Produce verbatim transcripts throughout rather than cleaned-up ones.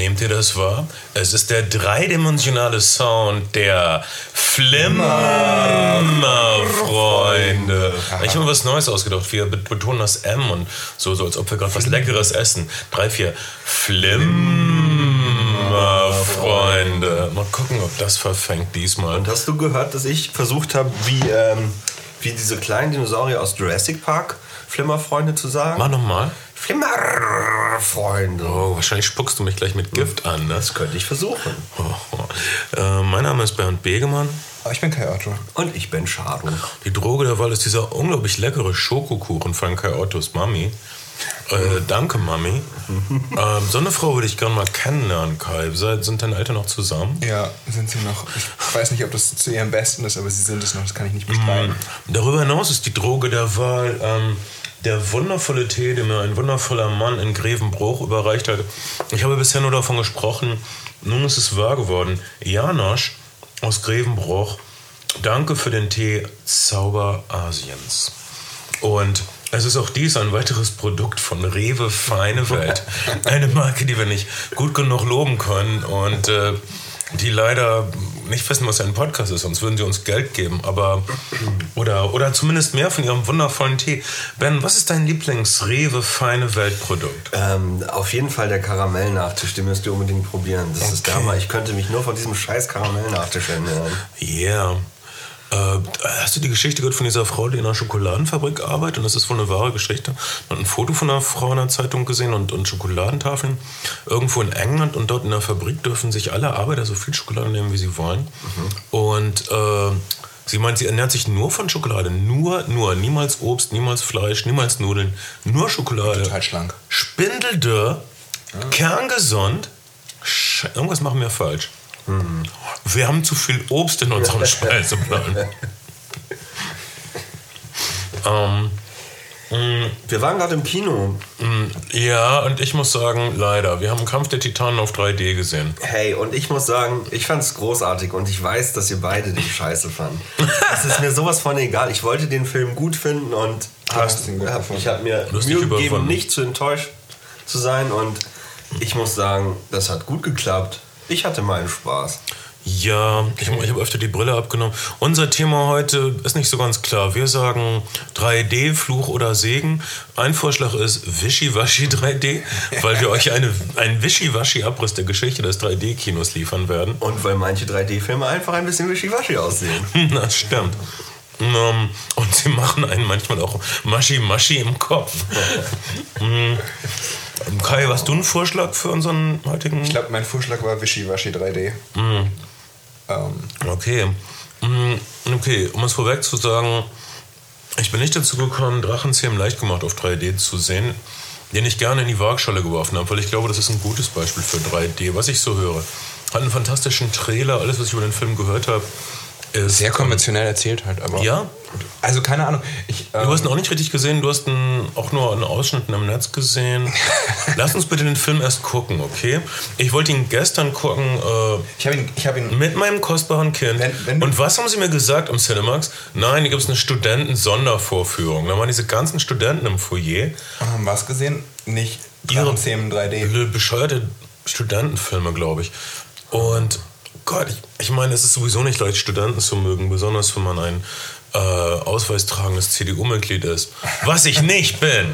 Nehmt ihr das wahr? Es ist der dreidimensionale Sound der Flimmerfreunde. Ich habe mir was Neues ausgedacht. Wir betonen das M und so, so als ob wir gerade was Leckeres essen. Drei, vier. Flimmerfreunde. Mal gucken, ob das verfängt diesmal. Und hast du gehört, dass ich versucht habe, wie, ähm, wie diese kleinen Dinosaurier aus Jurassic Park Flimmerfreunde zu sagen? Mach nochmal. Flimmerfreunde. Oh, wahrscheinlich spuckst du mich gleich mit Gift an, ne? Das könnte ich versuchen. Oh, oh. Äh, mein Name ist Bernd Begemann. Ich bin Kai Otto. Und ich bin Charo. Die Droge der Wahl ist dieser unglaublich leckere Schokokuchen von Kai Ottos Mami. Äh, danke, Mami. ähm, so eine Frau würde ich gerne mal kennenlernen, Kai. Sind deine Eltern noch zusammen? Ja, sind sie noch. Ich weiß nicht, ob das zu ihrem Besten ist, aber sie sind es noch. Das kann ich nicht bestreiten. Mm. Darüber hinaus ist die Droge der Wahl ähm, der wundervolle Tee, den mir ein wundervoller Mann in Grevenbruch überreicht hat. Ich habe bisher nur davon gesprochen. Nun ist es wahr geworden. Janosch aus Grevenbruch, danke für den Tee Zauber Asiens. Und es ist auch dies ein weiteres Produkt von Rewe Feine Welt. Eine Marke, die wir nicht gut genug loben können und äh, die leider nicht wissen, was ein Podcast ist, sonst würden sie uns Geld geben. Aber oder, oder zumindest mehr von ihrem wundervollen Tee. Ben, was ist dein Lieblings-Rewe Feine Welt Produkt? Ähm, auf jeden Fall der Karamellnachtisch, den müsst ihr unbedingt probieren. Das okay. ist der Hammer. Ich könnte mich nur von diesem scheiß Karamellnachtisch ernähren. Yeah. Äh, hast du die Geschichte gehört von dieser Frau, die in einer Schokoladenfabrik arbeitet? Und das ist wohl eine wahre Geschichte. Man hat ein Foto von einer Frau in der Zeitung gesehen und, und Schokoladentafeln irgendwo in England. Und dort in der Fabrik dürfen sich alle Arbeiter so viel Schokolade nehmen, wie sie wollen. Mhm. Und äh, sie meint, sie ernährt sich nur von Schokolade. Nur, nur. Niemals Obst, niemals Fleisch, niemals Nudeln. Nur Schokolade. Total schlank. Spindeldürr, ja. Kerngesund. Sch- Irgendwas machen wir falsch. Mhm. Wir haben zu viel Obst in unserem Speiseplan. ähm, wir waren gerade im Kino. Ja, und ich muss sagen, leider. Wir haben Kampf der Titanen auf drei D gesehen. Hey, und ich muss sagen, ich fand es großartig und ich weiß, dass ihr beide den Scheiße fanden. Es ist mir sowas von egal. Ich wollte den Film gut finden und hab, hab, ich habe mir Mühe gegeben, nicht zu enttäuscht zu sein. Und ich muss sagen, das hat gut geklappt. Ich hatte meinen Spaß. Ja, ich, ich habe öfter die Brille abgenommen. Unser Thema heute ist nicht so ganz klar. Wir sagen drei D, Fluch oder Segen. Ein Vorschlag ist Wischiwaschi drei D, weil wir euch eine, einen Wischiwaschi-Abriss der Geschichte des drei D-Kinos liefern werden. Und weil manche drei D-Filme einfach ein bisschen Wischiwaschi aussehen. Das stimmt. Und sie machen einen manchmal auch Maschi-Maschi im Kopf. Kai, hast du einen Vorschlag für unseren heutigen... Ich glaube, mein Vorschlag war Wischiwaschi drei D. Mm. Ähm. Okay. Okay, um es vorweg zu sagen, ich bin nicht dazu gekommen, Drachenzähmen leicht gemacht auf drei D zu sehen, den ich gerne in die Waagschale geworfen habe, weil ich glaube, das ist ein gutes Beispiel für drei D, was ich so höre. Hat einen fantastischen Trailer, alles, was ich über den Film gehört habe, ist... Sehr konventionell erzählt halt, aber... Ja? Also keine Ahnung. Ich, ähm, du hast ihn auch nicht richtig gesehen, du hast ihn auch nur in Ausschnitten im Netz gesehen. Lass uns bitte den Film erst gucken, okay? Ich wollte ihn gestern gucken äh, ich hab ihn, ich hab ihn mit meinem kostbaren Kind. Wenn, wenn Und was haben sie mir gesagt am Cinemax? Nein, hier gibt es eine Studenten-Sondervorführung. Da waren diese ganzen Studenten im Foyer. Haben was gesehen? Nicht Drachenzähmen drei D. Bescheuerte Studentenfilme, glaube ich. Und Gott, ich, ich meine, es ist sowieso nicht leicht, Studenten zu mögen, besonders wenn man ein äh, ausweistragendes C D U-Mitglied ist. Was ich nicht bin.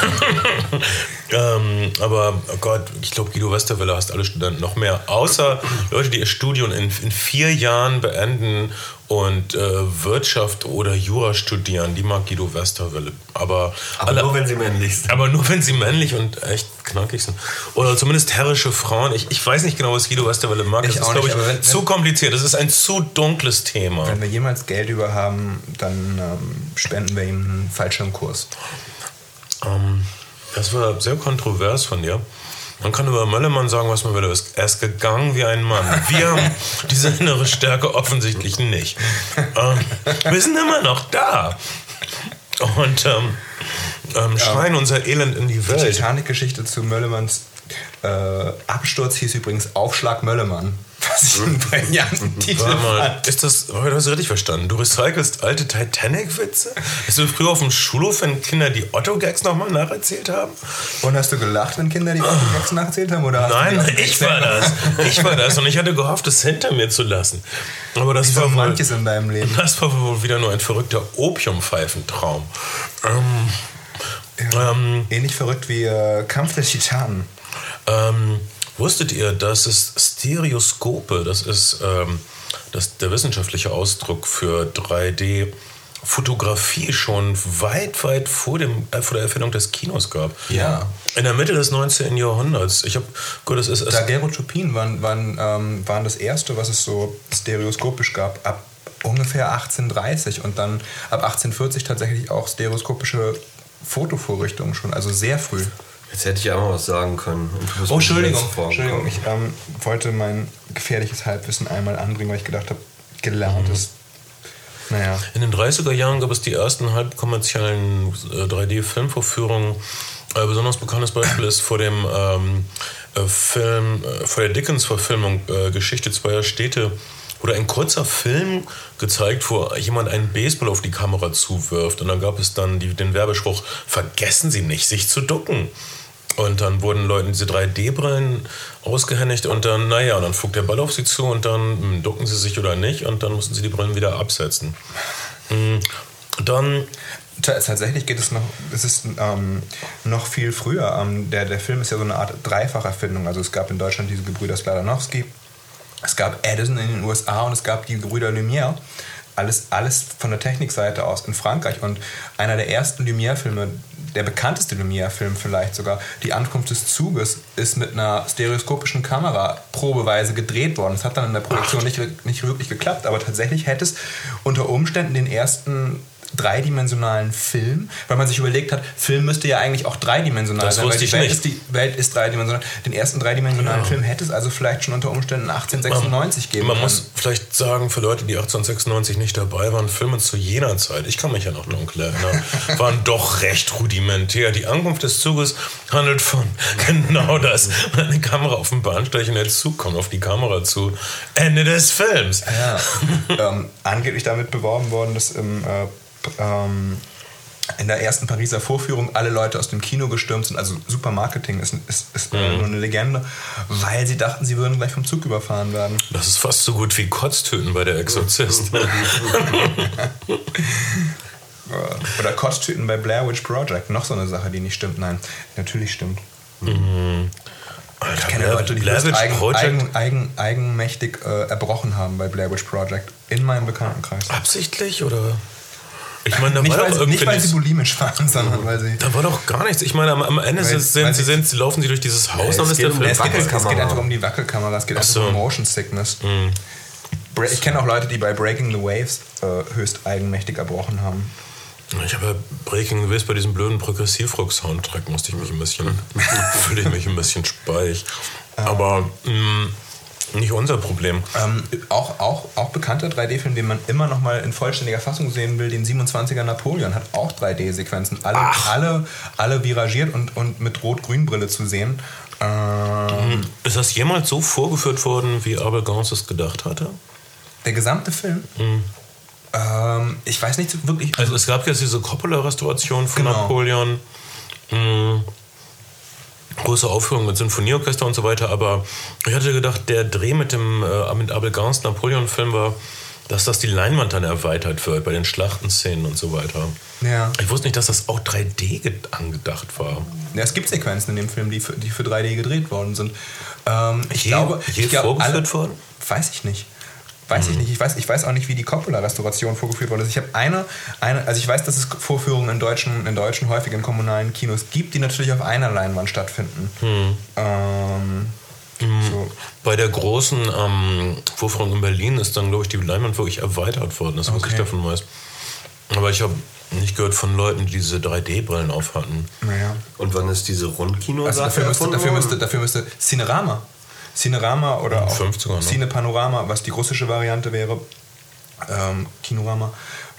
ähm, aber oh Gott, ich glaube, Guido Westerwelle hasst alle Studenten noch mehr. Außer Leute, die ihr Studium in, in vier Jahren beenden und äh, Wirtschaft oder Jura studieren, die mag Guido Westerwelle. Aber, aber alle, nur, wenn sie männlich sind. Aber nur, wenn sie männlich und echt knackig sind. Oder zumindest herrische Frauen. Ich, ich weiß nicht genau, was Guido Westerwelle mag. Ich das ist, glaube ich, wenn, zu kompliziert. Das ist ein zu dunkles Thema. Wenn wir jemals Geld über haben, dann ähm, spenden wir ihm einen Fallschirmkurs. Ähm, das war sehr kontrovers von dir. Man kann über Möllermann sagen, was man will. Er ist gegangen wie ein Mann. Wir haben diese innere Stärke offensichtlich nicht. Ähm, wir sind immer noch da. Und ähm, ähm, schreien ja. unser Elend in die Welt. Die Titanic-Geschichte zu Möllermanns äh, Absturz hieß übrigens Aufschlag Möllermann. was ich einen brillanten Titel fand. Ist das, oh, du hast richtig verstanden. Du recycelst alte Titanic-Witze? Hast du früher auf dem Schulhof, wenn Kinder die Otto-Gags nochmal nacherzählt haben? Und hast du gelacht, wenn Kinder die Otto-Gags nacherzählt haben? Oder Nein, ich war das. Ich war das und ich hatte gehofft, es hinter mir zu lassen. Aber das Wie war so wohl, manches in deinem Leben. Das war wohl wieder nur ein verrückter Opiumpfeifentraum. Ähm, ja, ähm, ähnlich verrückt wie äh, Kampf der Titanen. Ähm, wusstet ihr, dass es Stereoskope, das ist ähm, das, der wissenschaftliche Ausdruck für drei D-Fotografie schon weit, weit vor, dem, äh, vor der Erfindung des Kinos gab? Ja. In der Mitte des neunzehnten. Jahrhunderts. Ich habe gut, das ist Daguerreotypien waren, waren, ähm, waren das erste, was es so stereoskopisch gab, ab ungefähr achtzehnhundertdreißig und dann ab achtzehnhundertvierzig tatsächlich auch stereoskopische Fotovorrichtungen schon, also sehr früh. Jetzt hätte ich auch mal was sagen können. Oh, Entschuldigung, Entschuldigung. Ich ähm, wollte mein gefährliches Halbwissen einmal anbringen, weil ich gedacht habe, gelernt ist. Mhm. Naja. In den dreißiger Jahren gab es die ersten halbkommerziellen äh, drei D-Filmvorführungen. Äh, besonders bekanntes Beispiel ist vor dem ähm, äh, Film, äh, vor der Dickens-Verfilmung äh, Geschichte zweier Städte, wurde ein kurzer Film gezeigt, wo jemand einen Baseball auf die Kamera zuwirft. Und dann gab es dann die, den Werbespruch, vergessen Sie nicht, sich zu ducken. Und dann wurden Leuten diese drei D-Brillen ausgehändigt und dann, naja, und dann flog der Ball auf sie zu und dann mh, ducken sie sich oder nicht und dann mussten sie die Brillen wieder absetzen. Mhm. Dann... Tatsächlich geht es noch, es ist ähm, noch viel früher. Ähm, der, der Film ist ja so eine Art Dreifacherfindung. Also es gab in Deutschland diese Gebrüder Skladanowski, es gab Edison in den U S A und es gab die Gebrüder Lumière. Alles, alles von der Technikseite aus in Frankreich. Und einer der ersten Lumière-Filme, der bekannteste Lumière-Film vielleicht sogar, Die Ankunft des Zuges, ist mit einer stereoskopischen Kamera probeweise gedreht worden. Das hat dann in der Produktion nicht, nicht wirklich geklappt, aber tatsächlich hätte es unter Umständen den ersten dreidimensionalen Film, weil man sich überlegt hat, Film müsste ja eigentlich auch dreidimensional das sein, weil die ich Welt, nicht. Ist, die Welt ist dreidimensional. Den ersten dreidimensionalen ja. Film hätte es also vielleicht schon unter Umständen achtzehnhundertsechsundneunzig man, geben Man können. muss vielleicht sagen, für Leute, die achtzehnhundertsechsundneunzig nicht dabei waren, Filme zu jener Zeit, ich kann mich ja noch dunkel erinnern, waren doch recht rudimentär. Die Ankunft des Zuges handelt von genau das. Eine Kamera auf dem Bahnsteig und der Zug kommt auf die Kamera zu. Ende des Films. Ja. ähm, angeblich damit beworben worden, dass im äh, Ähm, in der ersten Pariser Vorführung alle Leute aus dem Kino gestürmt sind. Also super Marketing ist, ist, ist mhm. nur eine Legende, weil sie dachten, sie würden gleich vom Zug überfahren werden. Das ist fast so gut wie Kotztöten bei der Exorzist. Oder Kotztöten bei Blair Witch Project. Noch so eine Sache, die nicht stimmt. Nein, natürlich stimmt. Mhm. Alter, ich kenne Blair, Leute, die Blair Witch eigen, Project eigen, eigen, eigenmächtig äh, erbrochen haben bei Blair Witch Project. In meinem Bekanntenkreis. Absichtlich oder... Ich meine, da nicht, war weil, doch sie, nicht weil nichts. sie bulimisch waren, sondern weil sie... Da war doch gar nichts. Ich meine, am, am Ende weil, sind, weil sie, sind, sie laufen sie durch dieses Haus ja, und ist der um Film. es, geht, es geht einfach um die Wackelkamera, es geht einfach so. um Motion Sickness. Mhm. Ich kenne auch Leute, die bei Breaking the Waves äh, höchst eigenmächtig erbrochen haben. Ich habe ja Breaking the Waves bei diesem blöden Progressivrock-Soundtrack musste ich mich ein bisschen... fühle ich mich ein bisschen speich. Aber... Mh, nicht unser Problem. Ähm, auch, auch, auch bekannter drei D-Film, den man immer noch mal in vollständiger Fassung sehen will, den siebenundzwanziger Napoleon, hat auch drei D-Sequenzen. Alle, alle, alle viragiert und, und mit Rot-Grün-Brille zu sehen. Ähm, Ist das jemals so vorgeführt worden, wie Abel Gance es gedacht hatte? Der gesamte Film? Mhm. Ähm, ich weiß nicht so wirklich... Also es gab jetzt diese Coppola-Restauration von genau. Napoleon. Mhm. Große Aufführung mit Sinfonieorchester und so weiter, aber ich hatte gedacht, der Dreh mit dem äh, mit Abel Gance Napoleon-Film war, dass das die Leinwand dann erweitert wird bei den Schlachtenszenen und so weiter. Ja. Ich wusste nicht, dass das auch drei D angedacht war. Ja, es gibt Sequenzen in dem Film, die für, die für drei D gedreht worden sind. Ähm, ich je, glaube, je ich glaube, vorgeführt alle, worden? Weiß ich nicht. Weiß ich nicht. Ich weiß, ich weiß auch nicht, wie die Coppola-Restauration vorgeführt worden ist. Ich habe eine, eine, also ich weiß, dass es Vorführungen in deutschen, in deutschen häufig in kommunalen Kinos gibt, die natürlich auf einer Leinwand stattfinden. Hm. Ähm, hm. So. Bei der großen ähm, Vorführung in Berlin ist dann, glaube ich, die Leinwand wirklich erweitert worden. Das, was okay. ich davon weiß. Aber ich habe nicht gehört von Leuten, die diese drei D-Brillen aufhatten. Naja. Und wann ist diese Rundkino-Sache also dafür müsste, dafür müsste, dafür müsste Cinerama Cinerama oder auch fünfziger, ne? Cinepanorama, was die russische Variante wäre, ähm, Kinorama,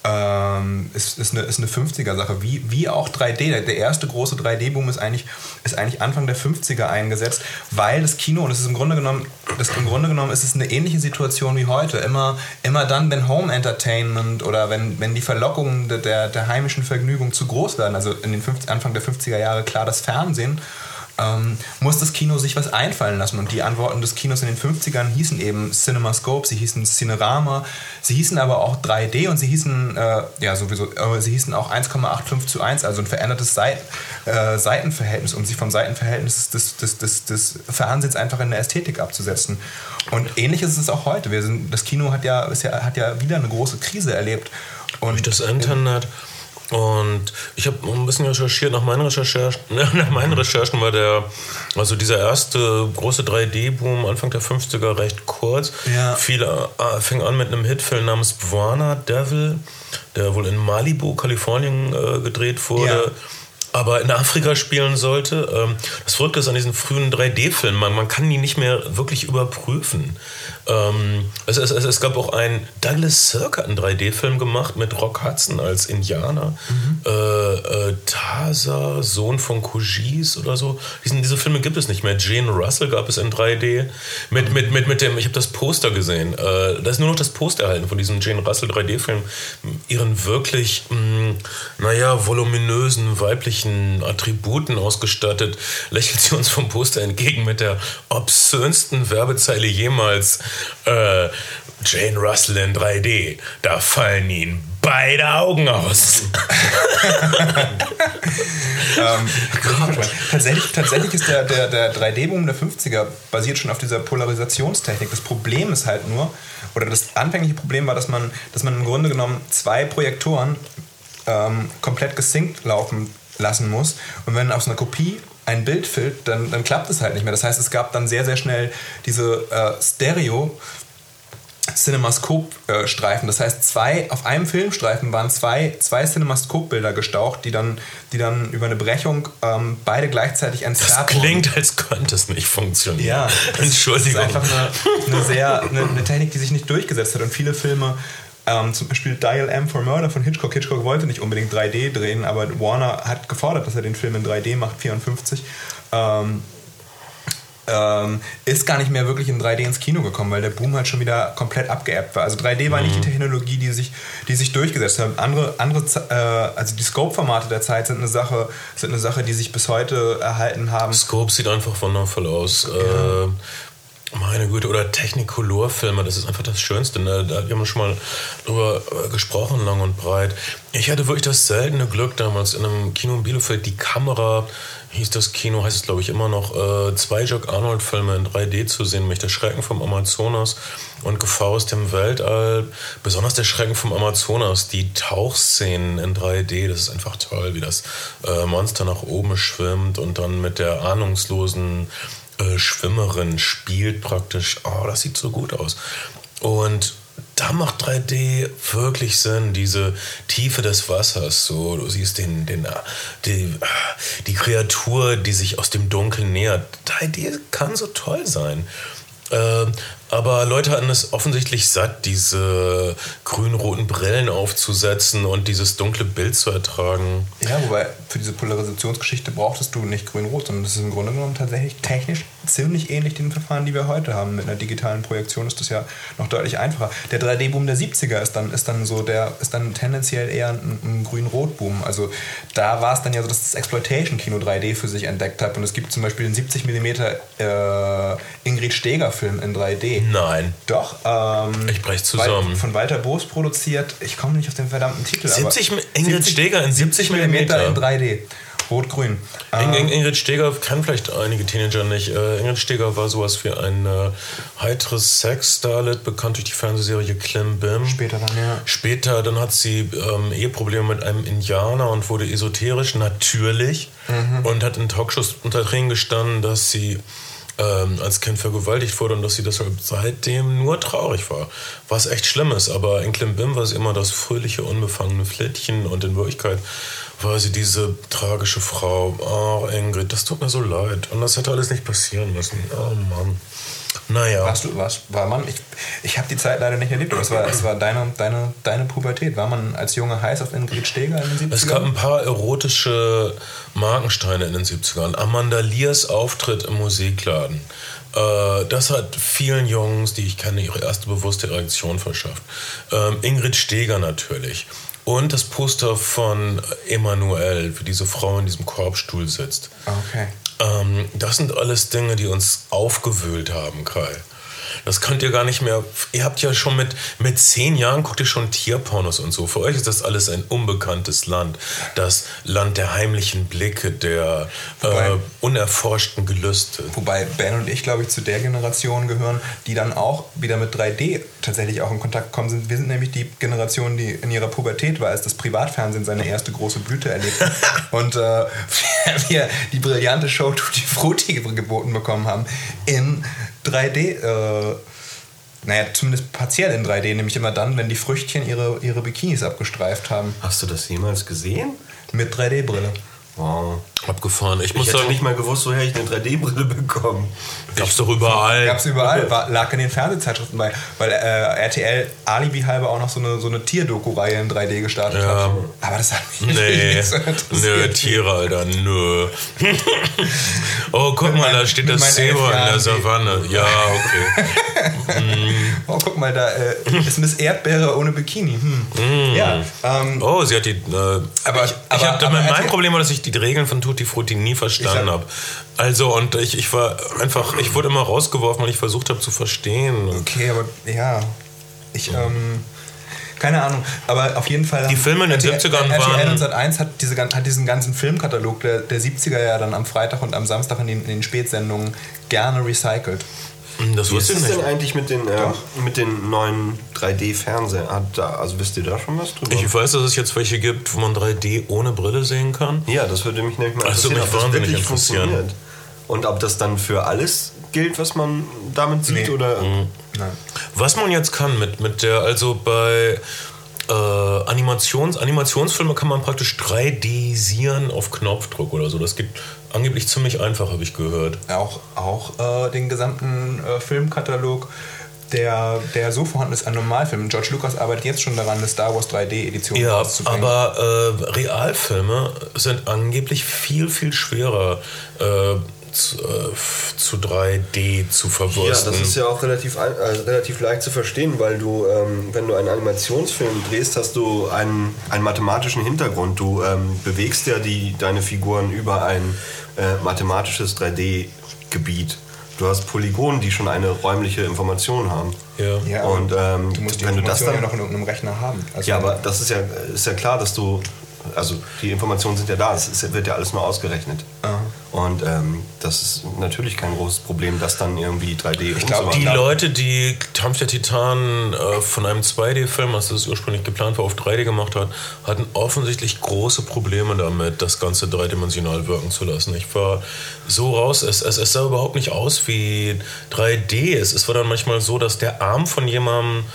ähm, ist, ist, eine, ist eine fünfziger-Sache. Wie, wie auch drei D. Der erste große drei D-Boom ist eigentlich, ist eigentlich Anfang der fünfziger eingesetzt, weil das Kino, und das ist im Grunde genommen, das im Grunde genommen ist es eine ähnliche Situation wie heute. Immer, immer dann, wenn Home Entertainment oder wenn, wenn die Verlockungen der, der heimischen Vergnügung zu groß werden, also in den fünfziger, Anfang der fünfziger Jahre klar das Fernsehen, Ähm, muss das Kino sich was einfallen lassen. Und die Antworten des Kinos in den fünfzigern hießen eben CinemaScope, sie hießen Cinerama, sie hießen aber auch drei D und sie hießen, äh, ja sowieso, äh, sie hießen auch eins Komma fünfundachtzig zu eins, also ein verändertes Seiten, äh, Seitenverhältnis, um sich vom Seitenverhältnis des, des, des, des Fernsehens einfach in der Ästhetik abzusetzen. Und ähnlich ist es auch heute. Wir sind, das Kino hat ja, ist ja, hat ja wieder eine große Krise erlebt. Und durch das Internet. Und ich habe ein bisschen recherchiert, nach meinen Recherchen, nach meinen Recherchen war der, also dieser erste große drei D-Boom Anfang der fünfziger recht kurz. Ja. Viele äh, fing an mit einem Hitfilm namens Buana Devil, der wohl in Malibu, Kalifornien äh, gedreht wurde. Ja. Aber in Afrika spielen sollte. Das Verrückte ist an diesen frühen drei D-Filmen, man, man kann die nicht mehr wirklich überprüfen. Ähm, es, es, es gab auch einen Douglas Sirk hat einen drei D-Film gemacht mit Rock Hudson als Indianer. Mhm. Äh, äh, Taza, Sohn von Kujis oder so. Diesen, diese Filme gibt es nicht mehr. Jane Russell gab es in drei D. Mit, mit, mit, mit dem, ich habe das Poster gesehen. Äh, da ist nur noch das Poster erhalten von diesem Jane Russell drei D-Film. Ihren wirklich, mh, naja, voluminösen, weiblichen Attributen ausgestattet, lächelt sie uns vom Poster entgegen mit der obszönsten Werbezeile jemals. Äh, Jane Russell in drei D, da fallen Ihnen beide Augen aus. ähm, tatsächlich, tatsächlich ist der, der, der drei D-Boom der fünfziger basiert schon auf dieser Polarisationstechnik. Das Problem ist halt nur, oder das anfängliche Problem war, dass man, dass man im Grunde genommen zwei Projektoren ähm, komplett gesynkt laufen lassen muss. Und wenn aus einer Kopie ein Bild filmt, dann, dann klappt es halt nicht mehr. Das heißt, es gab dann sehr, sehr schnell diese äh, Stereo CinemaScope-Streifen. Das heißt, zwei, auf einem Filmstreifen waren zwei, zwei CinemaScope-Bilder gestaucht, die dann, die dann über eine Brechung ähm, beide gleichzeitig entzerrt wurden. Das klingt, als könnte es nicht funktionieren. Ja, Entschuldigung. Das ist einfach eine, eine, sehr, eine, eine Technik, die sich nicht durchgesetzt hat. Und viele Filme, Ähm, zum Beispiel Dial M for Murder von Hitchcock. Hitchcock wollte nicht unbedingt drei D drehen, aber Warner hat gefordert, dass er den Film in drei D macht, vierundfünfzig. Ähm, ähm, ist gar nicht mehr wirklich in drei D ins Kino gekommen, weil der Boom halt schon wieder komplett abgeebbt war. Also drei D war mhm. nicht die Technologie, die sich, die sich durchgesetzt hat. Andere, andere, äh, also die Scope-Formate der Zeit sind eine Sache, sind eine Sache, die sich bis heute erhalten haben. Scope sieht einfach wundervoll aus. Ja. Äh, Meine Güte, oder Technicolor-Filme, das ist einfach das Schönste. Ne? Da haben wir schon mal drüber gesprochen, lang und breit. Ich hatte wirklich das seltene Glück damals in einem Kino in Bielefeld, die Kamera, hieß das Kino, heißt es glaube ich immer noch, äh, zwei Jack Arnold-Filme in drei D zu sehen, nämlich Der Schrecken vom Amazonas und Gefahr aus dem Weltall. Besonders Der Schrecken vom Amazonas, die Tauchszenen in drei D, das ist einfach toll, wie das äh, Monster nach oben schwimmt und dann mit der ahnungslosen Schwimmerin spielt praktisch. Oh, das sieht so gut aus. Und da macht drei D wirklich Sinn, diese Tiefe des Wassers. So, du siehst den, den, die, die Kreatur, die sich aus dem Dunkeln nähert. drei D kann so toll sein. Äh, aber Leute hatten es offensichtlich satt, diese grün-roten Brillen aufzusetzen und dieses dunkle Bild zu ertragen. Ja, wobei für diese Polarisationsgeschichte brauchtest du nicht grün-rot, sondern das ist im Grunde genommen tatsächlich technisch ziemlich ähnlich den Verfahren, die wir heute haben. Mit einer digitalen Projektion ist das ja noch deutlich einfacher. Der drei D-Boom der siebziger ist dann, ist dann so, der ist dann tendenziell eher ein, ein grün-rot-Boom. Also da war es dann ja so, dass das Exploitation-Kino drei D für sich entdeckt hat. Und es gibt zum Beispiel den siebzig Millimeter äh, Ingrid Steeger-Film in drei D. Nein. Doch. Ähm, ich brech zusammen. Von Walter Boos produziert. Ich komme nicht auf den verdammten Titel. siebzig Ingrid Steeger in siebzig Millimeter in drei D. Rot-Grün. Ähm, Ingrid Steeger kennen vielleicht einige Teenager nicht. Äh, Ingrid Steeger war sowas wie ein äh, heiteres Sex-Starlet, bekannt durch die Fernsehserie Klim Bim. Später dann, ja. Später, dann hat sie ähm, Eheprobleme mit einem Indianer und wurde esoterisch, natürlich. Mhm. Und hat in Talkshows unter Tränen gestanden, dass sie Ähm, als Kind vergewaltigt wurde und dass sie deshalb seitdem nur traurig war. Was echt schlimm ist, aber in Klim Bim war sie immer das fröhliche, unbefangene Flittchen und in Wirklichkeit war sie diese tragische Frau. Oh, Ingrid, das tut mir so leid. Und das hätte alles nicht passieren müssen. Oh Mann. Naja. Warst du, warst, war man, ich, ich habe die Zeit leider nicht erlebt, aber es war, es war deine, deine, deine Pubertät. War man als Junge heiß auf Ingrid Steeger in den siebzigern? Es gab ein paar erotische Markensteine in den siebzigern. Amanda Lears Auftritt im Musikladen. Äh, das hat vielen Jungs, die ich kenne, ihre erste bewusste Erektion verschafft. Ähm, Ingrid Steeger natürlich. Und das Poster von Emanuel, wie diese Frau in diesem Korbstuhl sitzt. Okay. Ähm, das sind alles Dinge, die uns aufgewühlt haben, Kai. Das könnt ihr gar nicht mehr. Ihr habt ja schon mit, mit zehn Jahren, guckt ihr schon Tierpornos und so. Für euch ist das alles ein unbekanntes Land. Das Land der heimlichen Blicke, der wobei, äh, unerforschten Gelüste. Wobei Ben und ich, glaube ich, zu der Generation gehören, die dann auch wieder mit drei D tatsächlich auch in Kontakt gekommen sind. Wir sind nämlich die Generation, die in ihrer Pubertät war, als das Privatfernsehen seine erste große Blüte erlebte. Und äh, wir die brillante Show Tutti Frutti geboten bekommen haben in drei D, äh, naja, zumindest partiell in drei D, nämlich immer dann, wenn die Früchtchen ihre, ihre Bikinis abgestreift haben. Hast du das jemals gesehen? Mit drei D-Brille. Wow. Abgefahren. Ich, ich muss hätte sagen, nicht mal gewusst, woher ich eine drei D-Brille bekomme. Gab's doch überall. Gab's überall. War, lag in den Fernsehzeitschriften bei, weil äh, R T L Alibi halber auch noch so eine, so eine Tierdoku-Reihe in drei D gestartet ja. hat. Aber das hat mich nee. nicht so interessiert. Nö, Tiere, Alter, nö. Oh, guck mal, da steht das Zebra in der Savanne. Ja, okay. hm. Oh, guck mal, da äh, ist Miss Erdbeere ohne Bikini. Hm. Mm. Ja, ähm, oh, sie hat die... Äh, aber, ich aber, ich hab, aber, mein aber, Problem war, dass ich die Regeln von Tutti Frutti nie verstanden habe. Also, und ich, ich war einfach... Ich wurde immer rausgeworfen, weil ich versucht habe zu verstehen. Okay, aber ja... Ich, ähm... Keine Ahnung, aber auf jeden Fall... Die Filme in den siebzigern waren... R T L und Sat eins hat, diese, hat diesen ganzen Filmkatalog der, der siebziger ja dann am Freitag und am Samstag in den, in den Spätsendungen gerne recycelt. Das Wie ist es denn eigentlich mit den, äh, mit den neuen drei D-Fernsehern? Also wisst ihr da schon was drüber? Ich weiß, dass es jetzt welche gibt, wo man drei D ohne Brille sehen kann. Ja, das würde mich nämlich mal interessieren, also, ob das wirklich interessieren. funktioniert. Und ob das dann für alles gilt, was man damit sieht? Nee. Oder? Mhm. Nein. Was man jetzt kann mit, mit der, also bei äh, Animations, Animationsfilme kann man praktisch drei D-sieren auf Knopfdruck oder so. Das geht angeblich ziemlich einfach, habe ich gehört. Auch, auch äh, den gesamten äh, Filmkatalog, der, der so vorhanden ist an Normalfilmen. George Lucas arbeitet jetzt schon daran, eine Star Wars drei D-Edition ja, rauszubringen. aber äh, Realfilme sind angeblich viel, viel schwerer äh, zu, äh, zu drei D zu verwursten. Ja, das ist ja auch relativ, also relativ leicht zu verstehen, weil du, ähm, wenn du einen Animationsfilm drehst, hast du einen, einen mathematischen Hintergrund. Du ähm, bewegst ja die, deine Figuren über ein äh, mathematisches drei D-Gebiet. Du hast Polygone, die schon eine räumliche Information haben. Ja. Ja, und ähm, du musst die wenn Information du das dann ja noch in irgendeinem Rechner haben. Also ja, aber das ist ja, ist ja klar, dass du, also die Informationen sind ja da, es ist, wird ja alles nur ausgerechnet. Aha. Und ähm, das ist natürlich kein großes Problem, das dann irgendwie drei D Ich glaube, Die Leute, die Kampf der Titanen äh, von einem zwei D-Film, als das ursprünglich geplant war, auf drei D gemacht hat, hatten offensichtlich große Probleme damit, das Ganze dreidimensional wirken zu lassen. Ich war so raus, es, es, es sah überhaupt nicht aus wie drei D. Es, es war dann manchmal so, dass der Arm von jemandem,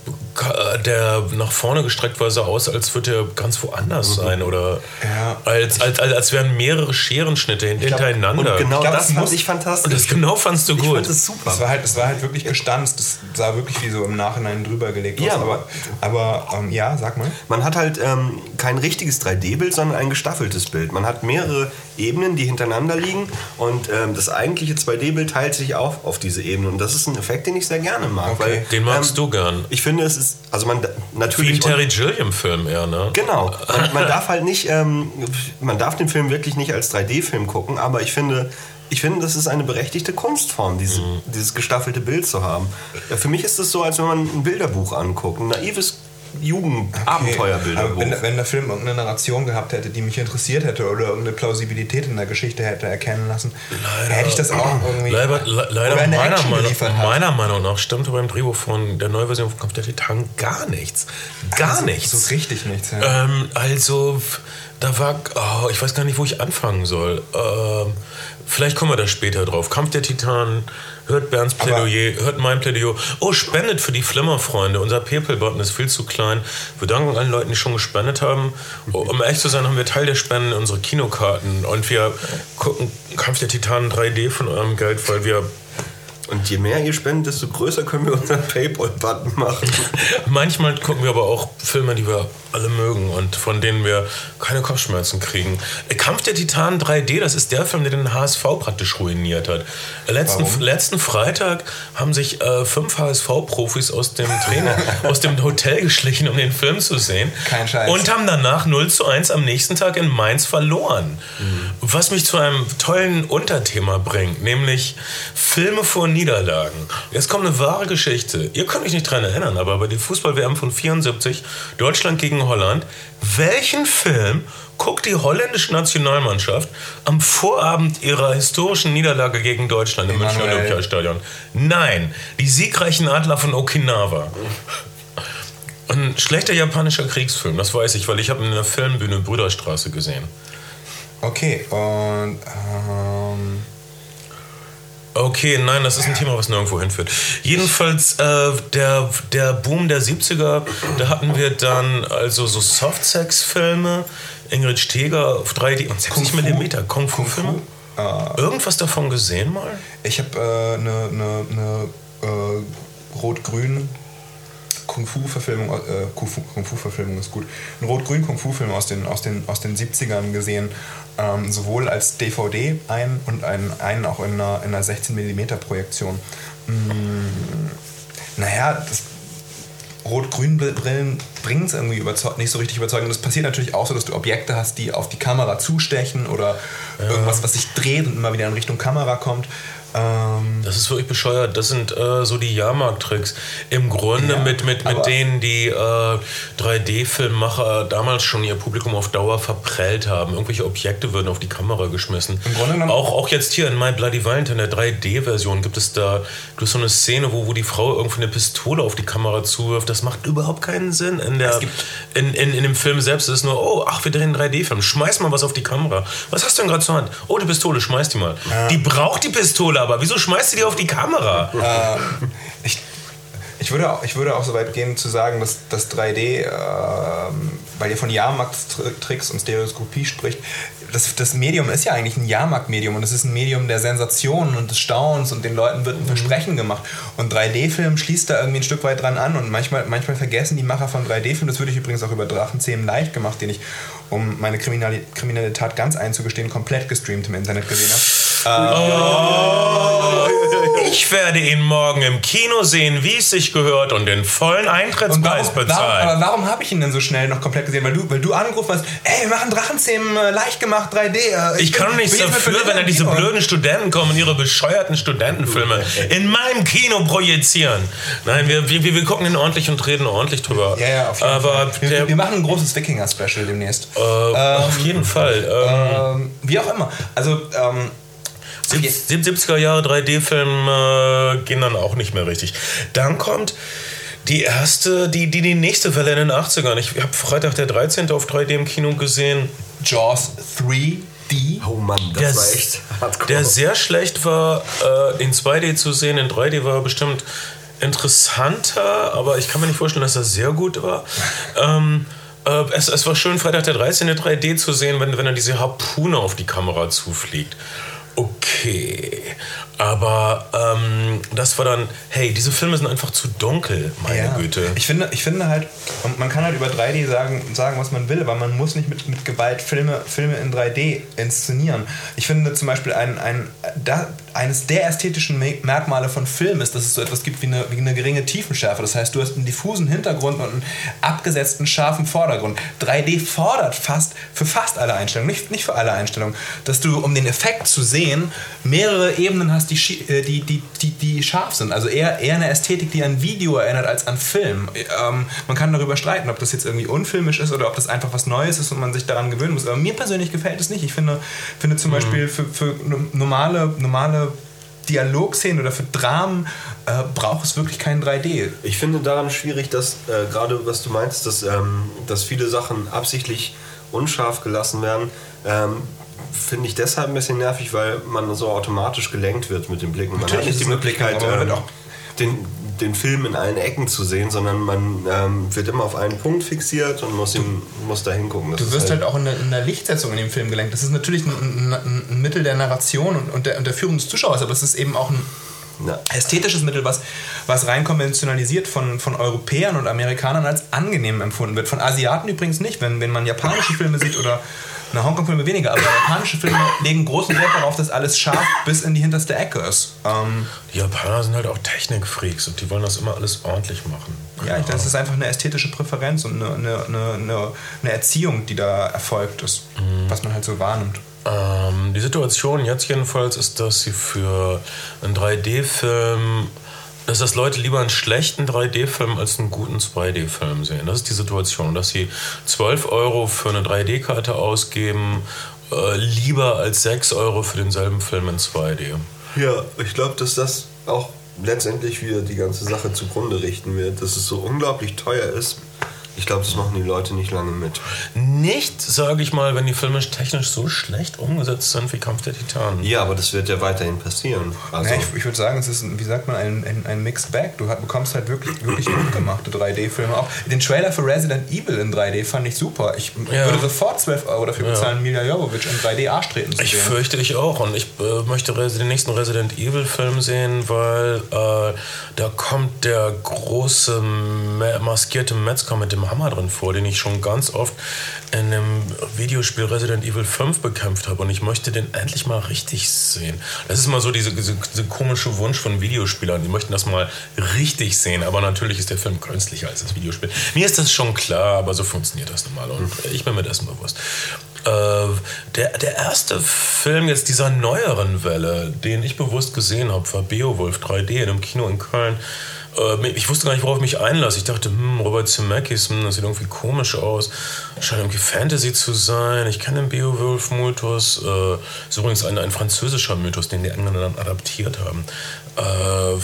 der nach vorne gestreckt war, sah aus, als würde er ganz woanders sein. Oder ja. als, als, als, als wären mehrere Scherenschnitte hintereinander. Und genau ich glaub, das das fand muss, ich fantastisch. Und das genau fandst du ich gut. Fand das super. Es war halt, es war halt wirklich gestanzt. Das sah wirklich wie so im Nachhinein drüber gelegt aus. Ja, aber aber ähm, ja, sag mal. Man hat halt ähm, kein richtiges drei D-Bild, sondern ein gestaffeltes Bild. Man hat mehrere Ebenen, die hintereinander liegen und ähm, das eigentliche zwei D-Bild teilt sich auf auf diese Ebenen. Und das ist ein Effekt, den ich sehr gerne mag. Okay. Weil, Den magst ähm, du gern. Ich finde, es ist, also man natürlich... Wie ein Terry Gilliam-Film eher, ne? Genau. Man, man darf halt nicht, ähm, man darf den Film wirklich nicht als drei D-Film gucken, aber ich finde, ich finde, das ist eine berechtigte Kunstform, diese, mhm. dieses gestaffelte Bild zu haben. Ja, für mich ist es so, als wenn man ein Bilderbuch anguckt, ein naives Jugend-Abenteuerbilderbuch. Okay. Wenn, wenn der Film irgendeine Narration gehabt hätte, die mich interessiert hätte oder irgendeine Plausibilität in der Geschichte hätte erkennen lassen, leider, hätte ich das auch irgendwie... Leider, le, leider meiner, Meinung, meiner Meinung nach stimmt beim Drehbuch von der Neuversion von Kampf der Titanen gar nichts. Gar also, nichts. So richtig nichts, ja. Ähm, also, da war... Oh, ich weiß gar nicht, wo ich anfangen soll. Ähm, vielleicht kommen wir da später drauf. Kampf der Titanen... Hört Bernds Plädoyer, aber hört mein Plädoyer. Oh, spendet für die Flimmer-Freunde. Unser PayPal-Button ist viel zu klein. Wir danken allen Leuten, die schon gespendet haben. Oh, um ehrlich zu sein, haben wir Teil der Spenden in unsere Kinokarten. Und wir gucken Kampf der Titanen drei D von eurem Geld, weil wir Und je mehr ihr spendet, desto größer können wir unseren Paypal-Button machen. Manchmal gucken wir aber auch Filme, die wir alle mögen und von denen wir keine Kopfschmerzen kriegen. Kampf der Titanen drei D, das ist der Film, der den H S V praktisch ruiniert hat. Letzten, letzten Freitag haben sich äh, fünf H S V-Profis aus dem Trainer, aus dem Hotel geschlichen, um den Film zu sehen. Kein Scheiß. Und haben danach null zu eins am nächsten Tag in Mainz verloren. Mhm. Was mich zu einem tollen Unterthema bringt, nämlich Filme vor Niederlagen. Jetzt kommt eine wahre Geschichte. Ihr könnt euch nicht daran erinnern, aber bei der Fußball-W M von vierundsiebzig, Deutschland gegen Holland, welchen Film guckt die holländische Nationalmannschaft am Vorabend ihrer historischen Niederlage gegen Deutschland im Münchner Olympiastadion? Nein, die siegreichen Adler von Okinawa. Ein schlechter japanischer Kriegsfilm, das weiß ich, weil ich habe ihn in der Filmbühne Brüderstraße gesehen. Okay, und ähm Okay, nein, das ist ein Thema, was nirgendwo hinführt. Jedenfalls, äh, der, der Boom der siebziger, da hatten wir dann also so Softsex-Filme, Ingrid Steeger auf drei D und sechzig Millimeter Kung-Fu-Filme. Äh, Irgendwas davon gesehen mal? Ich habe eine äh, ne, ne, äh, rot-grün Kung-Fu-Verfilmung, äh, Kung-Fu-Verfilmung ist gut, ein rot-grün Kung-Fu-Film aus den, aus, den, aus den siebzigern gesehen, ähm, sowohl als D V D ein und einen, einen auch in einer, in einer sechzehn Millimeter Projektion. Mm, naja, das Rot-Grün-Brillen bringen es irgendwie überzeug- nicht so richtig überzeugend. Das passiert natürlich auch so, dass du Objekte hast, die auf die Kamera zustechen oder ja. irgendwas, was sich dreht und immer wieder in Richtung Kamera kommt. Ähm das ist wirklich bescheuert. Das sind äh, so die Jahrmarkt-Tricks. Im Grunde ja, mit, mit, mit denen die äh, drei D-Filmmacher damals schon ihr Publikum auf Dauer verprellt haben. Irgendwelche Objekte würden auf die Kamera geschmissen. Im Grunde genommen auch, auch jetzt hier in My Bloody Valentine, der drei D-Version, gibt es da gibt es so eine Szene, wo, wo die Frau irgendwie eine Pistole auf die Kamera zuwirft. Das macht überhaupt keinen Sinn. In, der, in, in, in dem Film selbst ist es nur, oh, ach, wir drehen einen drei D-Film. Schmeiß mal was auf die Kamera. Was hast du denn gerade zur Hand? Oh, die Pistole, schmeiß die mal. Ja. Die braucht die Pistole aber. Wieso schmeißt du die auf die Kamera? Äh, ich, ich, würde auch, ich würde auch so weit gehen zu sagen, dass das drei D, äh, weil ihr von Jahrmarkttricks und Stereoskopie spricht, das, das Medium ist ja eigentlich ein Jahrmarktmedium und es ist ein Medium der Sensationen und des Staunens und den Leuten wird ein Versprechen gemacht. Und drei D-Film schließt da irgendwie ein Stück weit dran an und manchmal, manchmal vergessen die Macher von drei D-Film, das würde ich übrigens auch über Drachenzähmen leicht gemacht, den ich, um meine kriminelle, kriminelle Tat ganz einzugestehen, komplett gestreamt im Internet gesehen habe. Oh, ich werde ihn morgen im Kino sehen, wie es sich gehört und den vollen Eintrittspreis warum, bezahlen. Warum, aber warum habe ich ihn denn so schnell noch komplett gesehen? Weil du, weil du angerufen hast, ey, wir machen Drachenzähmen äh, leicht gemacht, drei D. Äh, ich, ich kann doch nichts dafür, wenn da diese Kino. blöden Studenten kommen und ihre bescheuerten Studentenfilme in meinem Kino projizieren. Nein, wir, wir, wir gucken ihn ordentlich und reden ordentlich drüber. Ja, ja, auf jeden aber Fall. Wir, der, wir machen ein großes Wikinger-Special demnächst. Äh, ähm, auf jeden Fall. Ähm, ähm, wie auch immer. Also, ähm, siebziger Jahre drei D-Film äh, gehen dann auch nicht mehr richtig. Dann kommt die erste, die, die, die nächste Welle in den achtzigern. Ich habe Freitag der dreizehnte auf drei D im Kino gesehen. Jaws drei D. Oh Mann, das der, war echt hardcore. Der sehr schlecht war, äh, in zwei D zu sehen. In drei D war er bestimmt interessanter, aber ich kann mir nicht vorstellen, dass er sehr gut war. ähm, äh, es, es war schön, Freitag der dreizehnte drei D zu sehen, wenn, wenn er diese Harpune auf die Kamera zufliegt. Okay, aber ähm, das war dann, hey, diese Filme sind einfach zu dunkel, meine ja. Güte. Ich finde, ich finde halt, man kann halt über drei D sagen, sagen, was man will, aber man muss nicht mit, mit Gewalt Filme, Filme in drei D inszenieren. Ich finde zum Beispiel ein, ein, da, eines der ästhetischen Merkmale von Film ist, dass es so etwas gibt wie eine, wie eine geringe Tiefenschärfe. Das heißt, du hast einen diffusen Hintergrund und einen abgesetzten, scharfen Vordergrund. drei D fordert fast für fast alle Einstellungen, nicht, nicht für alle Einstellungen, dass du, um den Effekt zu sehen, mehrere Ebenen hast, die, die, die, die, die scharf sind. Also eher, eher eine Ästhetik, die an Video erinnert als an Film. Ähm, man kann darüber streiten, ob das jetzt irgendwie unfilmisch ist oder ob das einfach was Neues ist und man sich daran gewöhnen muss. Aber mir persönlich gefällt es nicht. Ich finde, finde zum mhm. Beispiel für, für normale, normale Dialogszenen oder für Dramen äh, braucht es wirklich kein drei D. Ich finde daran schwierig, dass äh, gerade was du meinst, dass, ähm, dass viele Sachen absichtlich unscharf gelassen werden. Ähm, finde ich deshalb ein bisschen nervig, weil man so automatisch gelenkt wird mit den Blicken. Man hat nicht die Möglichkeit, ähm, den, den Film in allen Ecken zu sehen, sondern man ähm, wird immer auf einen Punkt fixiert und muss, ihm, muss da hingucken. Du wirst halt, halt auch in der, in der Lichtsetzung in dem Film gelenkt. Das ist natürlich ein, ein, ein Mittel der Narration und, und, der, und der Führung des Zuschauers, aber es ist eben auch ein ja. ästhetisches Mittel, was, was rein konventionalisiert von, von Europäern und Amerikanern als angenehm empfunden wird. Von Asiaten übrigens nicht. Wenn, wenn man japanische Filme sieht oder na, Hongkong-Filme weniger, aber japanische Filme legen großen Wert darauf, dass alles scharf bis in die hinterste Ecke ist. Ähm, die Japaner sind halt auch Technikfreaks und die wollen das immer alles ordentlich machen. Ja, das ist einfach eine ästhetische Präferenz und eine, eine, eine, eine Erziehung, die da erfolgt ist, mhm. was man halt so wahrnimmt. Ähm, die Situation jetzt jedenfalls ist, dass sie für einen drei D-Film, dass das Leute lieber einen schlechten drei D-Film als einen guten zwei D-Film sehen. Das ist die Situation, dass sie zwölf Euro für eine drei D-Karte ausgeben, äh, lieber als sechs Euro für denselben Film in zwei D. Ja, ich glaube, dass das auch letztendlich wieder die ganze Sache zugrunde richten wird, dass es so unglaublich teuer ist. Ich glaube, das machen die Leute nicht lange mit. Nicht, sage ich mal, wenn die Filme technisch so schlecht umgesetzt sind wie Kampf der Titanen. Ja, aber das wird ja weiterhin passieren. Also ja, ich ich würde sagen, es ist, wie sagt man, ein, ein, ein Mixed Bag. Du bekommst halt wirklich, wirklich gut gemachte drei D-Filme. Auch den Trailer für Resident Evil in drei D fand ich super. Ich ja. würde sofort zwölf Euro dafür bezahlen, ja. Mila Jovovich in drei D Arschtreten zu sehen. Ich fürchte ich auch. Und ich äh, möchte den nächsten Resident Evil-Film sehen, weil äh, da kommt der große maskierte Metzger mit dem Hammer drin vor, den ich schon ganz oft in dem Videospiel Resident Evil fünf bekämpft habe und ich möchte den endlich mal richtig sehen. Das ist immer so diese, diese, diese komische Wunsch von Videospielern, die möchten das mal richtig sehen, aber natürlich ist der Film künstlicher als das Videospiel. Mir ist das schon klar, aber so funktioniert das nun mal und ich bin mir dessen bewusst. Äh, der, der erste Film jetzt dieser neueren Welle, den ich bewusst gesehen habe, war Beowulf drei D in einem Kino in Köln. Ich wusste gar nicht, worauf ich mich einlasse. Ich dachte, hm, Robert Zemeckis, hm, das sieht irgendwie komisch aus. Scheint irgendwie Fantasy zu sein. Ich kenne den Beowulf-Mythos. Äh, ist übrigens ein, ein französischer Mythos, den die Engländer dann adaptiert haben. Äh,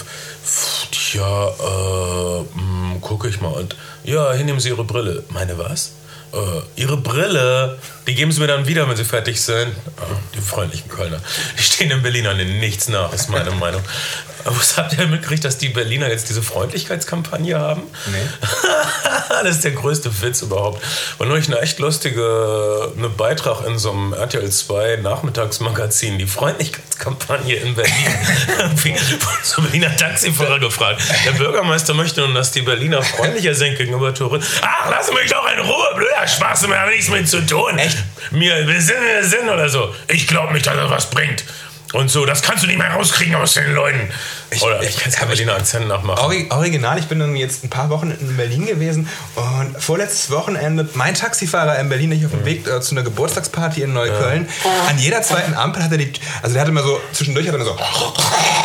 tja, äh, hm, gucke ich mal. Und ja, hier nehmen Sie Ihre Brille. Meine was? Uh, ihre Brille, die geben sie mir dann wieder, wenn sie fertig sind. Oh, die freundlichen Kölner. Die stehen den Berlinern in nichts nach, ist meine Meinung. Was habt ihr mitgekriegt, dass die Berliner jetzt diese Freundlichkeitskampagne haben? Nee. Das ist der größte Witz überhaupt. War neulich eine echt lustige eine Beitrag in so einem R T L zwei Nachmittagsmagazin, die Freundlichkeitskampagne in Berlin. Irgendwie von so einem Berliner Taxifahrer gefragt. Der Bürgermeister möchte nun, dass die Berliner freundlicher sind gegenüber Touristen. Ach, lass mich doch in Ruhe, blöder Spaß, mir hat nichts mit zu tun. Echt? Mir, wir sind, wir sind oder so. Ich glaube nicht, dass das was bringt. Und so, das kannst du nicht mehr rauskriegen aus den Leuten. Ich, Oder ich kann es Berliner Akzent nachmachen. Original, ich bin dann jetzt ein paar Wochen in Berlin gewesen und vorletztes Wochenende, mein Taxifahrer in Berlin, ich auf dem mhm. Weg äh, zu einer Geburtstagsparty in Neukölln, ja. an jeder zweiten Ampel hat er die, also der hatte immer so, zwischendurch hat er so, oh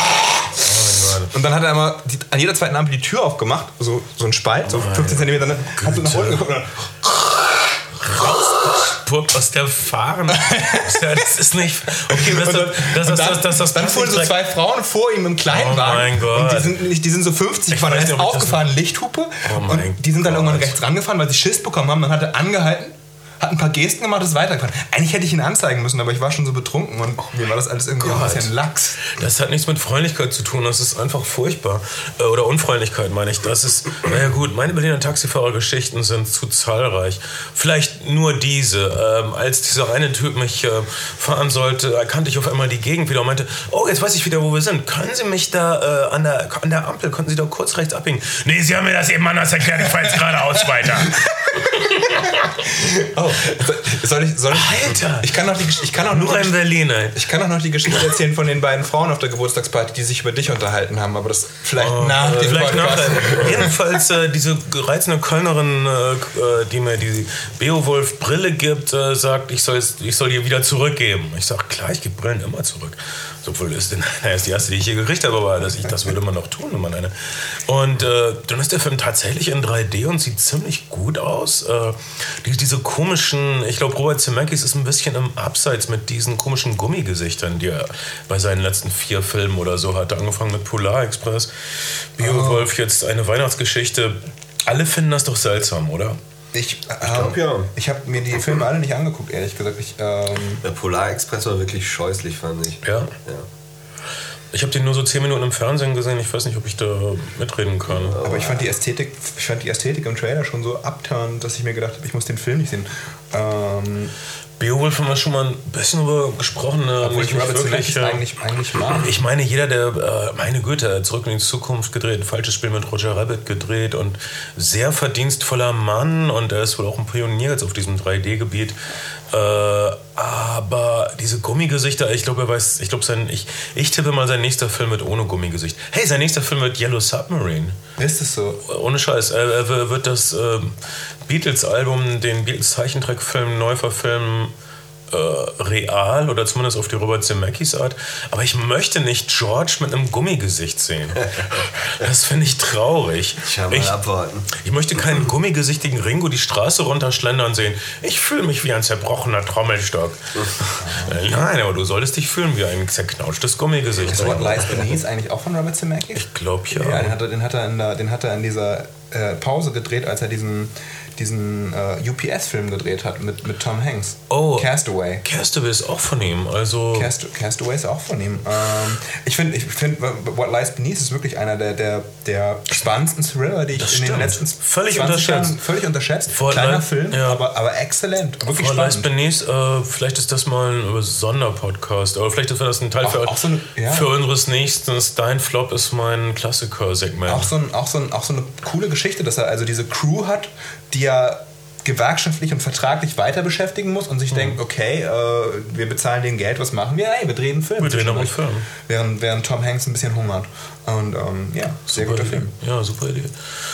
und dann hat er immer die, an jeder zweiten Ampel die Tür aufgemacht, so, so ein Spalt, so fünfzehn Zentimeter, dann hat so nach unten geguckt und dann rausgespuckt aus der Fahren. Das ist nicht. Okay, das, das, das, das, das, das, das dann fuhren so zwei Frauen vor ihm im Kleinwagen. Oh mein Gott. Und die sind, nicht, die sind so fünfzig gefahren. Er ist aufgefahren, Lichthupe. Oh und die sind dann Gott. irgendwann rechts rangefahren, weil sie Schiss bekommen haben. Dann hat er angehalten, hat ein paar Gesten gemacht, ist weitergefahren. Eigentlich hätte ich ihn anzeigen müssen, aber ich war schon so betrunken und mir war das alles irgendwie ein bisschen lax. Das hat nichts mit Freundlichkeit zu tun, das ist einfach furchtbar. Oder Unfreundlichkeit, meine ich. Das ist, naja gut, meine Berliner Taxifahrergeschichten sind zu zahlreich. Vielleicht nur diese. Ähm, als dieser eine Typ mich äh, fahren sollte, erkannte ich auf einmal die Gegend wieder und meinte, oh, jetzt weiß ich wieder, wo wir sind. Können Sie mich da äh, an, der, an der Ampel, könnten Sie da kurz rechts abbiegen? Nee, Sie haben mir das eben anders erklärt, ich fahre jetzt geradeaus weiter. Oh, soll ich, soll ich, Alter! Ich kann auch die, ich kann auch nur ein Berliner. Ich kann auch noch die Geschichte erzählen von den beiden Frauen auf der Geburtstagsparty, die sich über dich unterhalten haben, aber das vielleicht oh, nach dem vielleicht Podcast. Nachher. Jedenfalls äh, diese reizende Kölnerin, äh, die mir die Beowulf-Brille gibt, äh, sagt, ich soll, ich soll die wieder zurückgeben. Ich sag, klar, ich gebe Brillen immer zurück. Obwohl das ist die erste, die ich hier gekriegt habe, aber das, ich, das würde man noch tun, wenn man eine. Und äh, dann ist der Film tatsächlich in drei D und sieht ziemlich gut aus. Äh, die, diese komischen, ich glaube, Robert Zemeckis ist ein bisschen im Abseits mit diesen komischen Gummigesichtern, die er bei seinen letzten vier Filmen oder so hatte. Angefangen mit Polar Express, Beowulf, oh. jetzt eine Weihnachtsgeschichte. Alle finden das doch seltsam, oder? Ich, ich glaube ja. Ich habe mir die Filme alle nicht angeguckt, ehrlich gesagt. Ich, ähm Der Polar Express war wirklich scheußlich, fand ich. Ja? Ja. Ich habe den nur so zehn Minuten im Fernsehen gesehen. Ich weiß nicht, ob ich da mitreden kann. Aber ich fand die Ästhetik, ich fand die Ästhetik im Trailer schon so abturnt, dass ich mir gedacht habe, ich muss den Film nicht sehen. Ähm Beowulf haben wir schon mal ein bisschen über gesprochen. Obwohl ich Robert Zemeckis eigentlich, eigentlich mag. Ich meine, jeder, der, äh, meine Güte, hat Zurück in die Zukunft gedreht, ein falsches Spiel mit Roger Rabbit gedreht und sehr verdienstvoller Mann und er ist wohl auch ein Pionier jetzt auf diesem drei D-Gebiet. Äh, aber diese Gummigesichter, ich glaube, er weiß, ich glaube, sein, ich, ich tippe mal, sein nächster Film wird ohne Gummigesicht. Hey, sein nächster Film wird Yellow Submarine. Ist es so? Ohne Scheiß. Er, er wird das äh, Beatles-Album, den Beatles-Zeichentrickfilm neu verfilmen, äh, real oder zumindest auf die Robert Zemeckis Art. Aber ich möchte nicht George mit einem Gummigesicht sehen. Das finde ich traurig. Ich habe mal abwarten. Ich möchte keinen gummigesichtigen Ringo die Straße runterschlendern sehen. Ich fühle mich wie ein zerbrochener Trommelstock. Nein, aber du solltest dich fühlen wie ein zerknautschtes Gummigesicht. Ist What Lies Beneath eigentlich auch von Robert Zemeckis? Ich glaube ja. Ja, den hat er, den hat er, in, der, den hat er in dieser äh, Pause gedreht, als er diesen diesen äh, U P S-Film gedreht hat mit, mit Tom Hanks. Oh. Castaway. Castaway ist auch von ihm. Also Cast, Castaway ist auch von ihm. Ähm, ich finde, ich find, What Lies Beneath ist wirklich einer der, der, der spannendsten Thriller, die ich das in stimmt. den letzten völlig unterschätzt. Jahren völlig unterschätzt. For Kleiner Life, Film, ja. aber, aber exzellent. Wirklich What spannend. Lies Beneath, äh, vielleicht ist das mal ein Sonderpodcast, aber vielleicht ist das ein Teil auch, für, auch so eine, ja. für unseres nächsten. Dein Flop ist mein Klassiker-Segment. Auch so, ein, auch, so ein, auch so eine coole Geschichte, dass er also diese Crew hat, die er gewerkschaftlich und vertraglich weiter beschäftigen muss und sich mhm. denkt, okay, äh, wir bezahlen denen Geld, was machen wir? Hey, wir drehen einen Film. Wir drehen noch einen Film. Während, während Tom Hanks ein bisschen hungert. Und ähm, ja, sehr super guter Idee. Film. Ja, super Idee.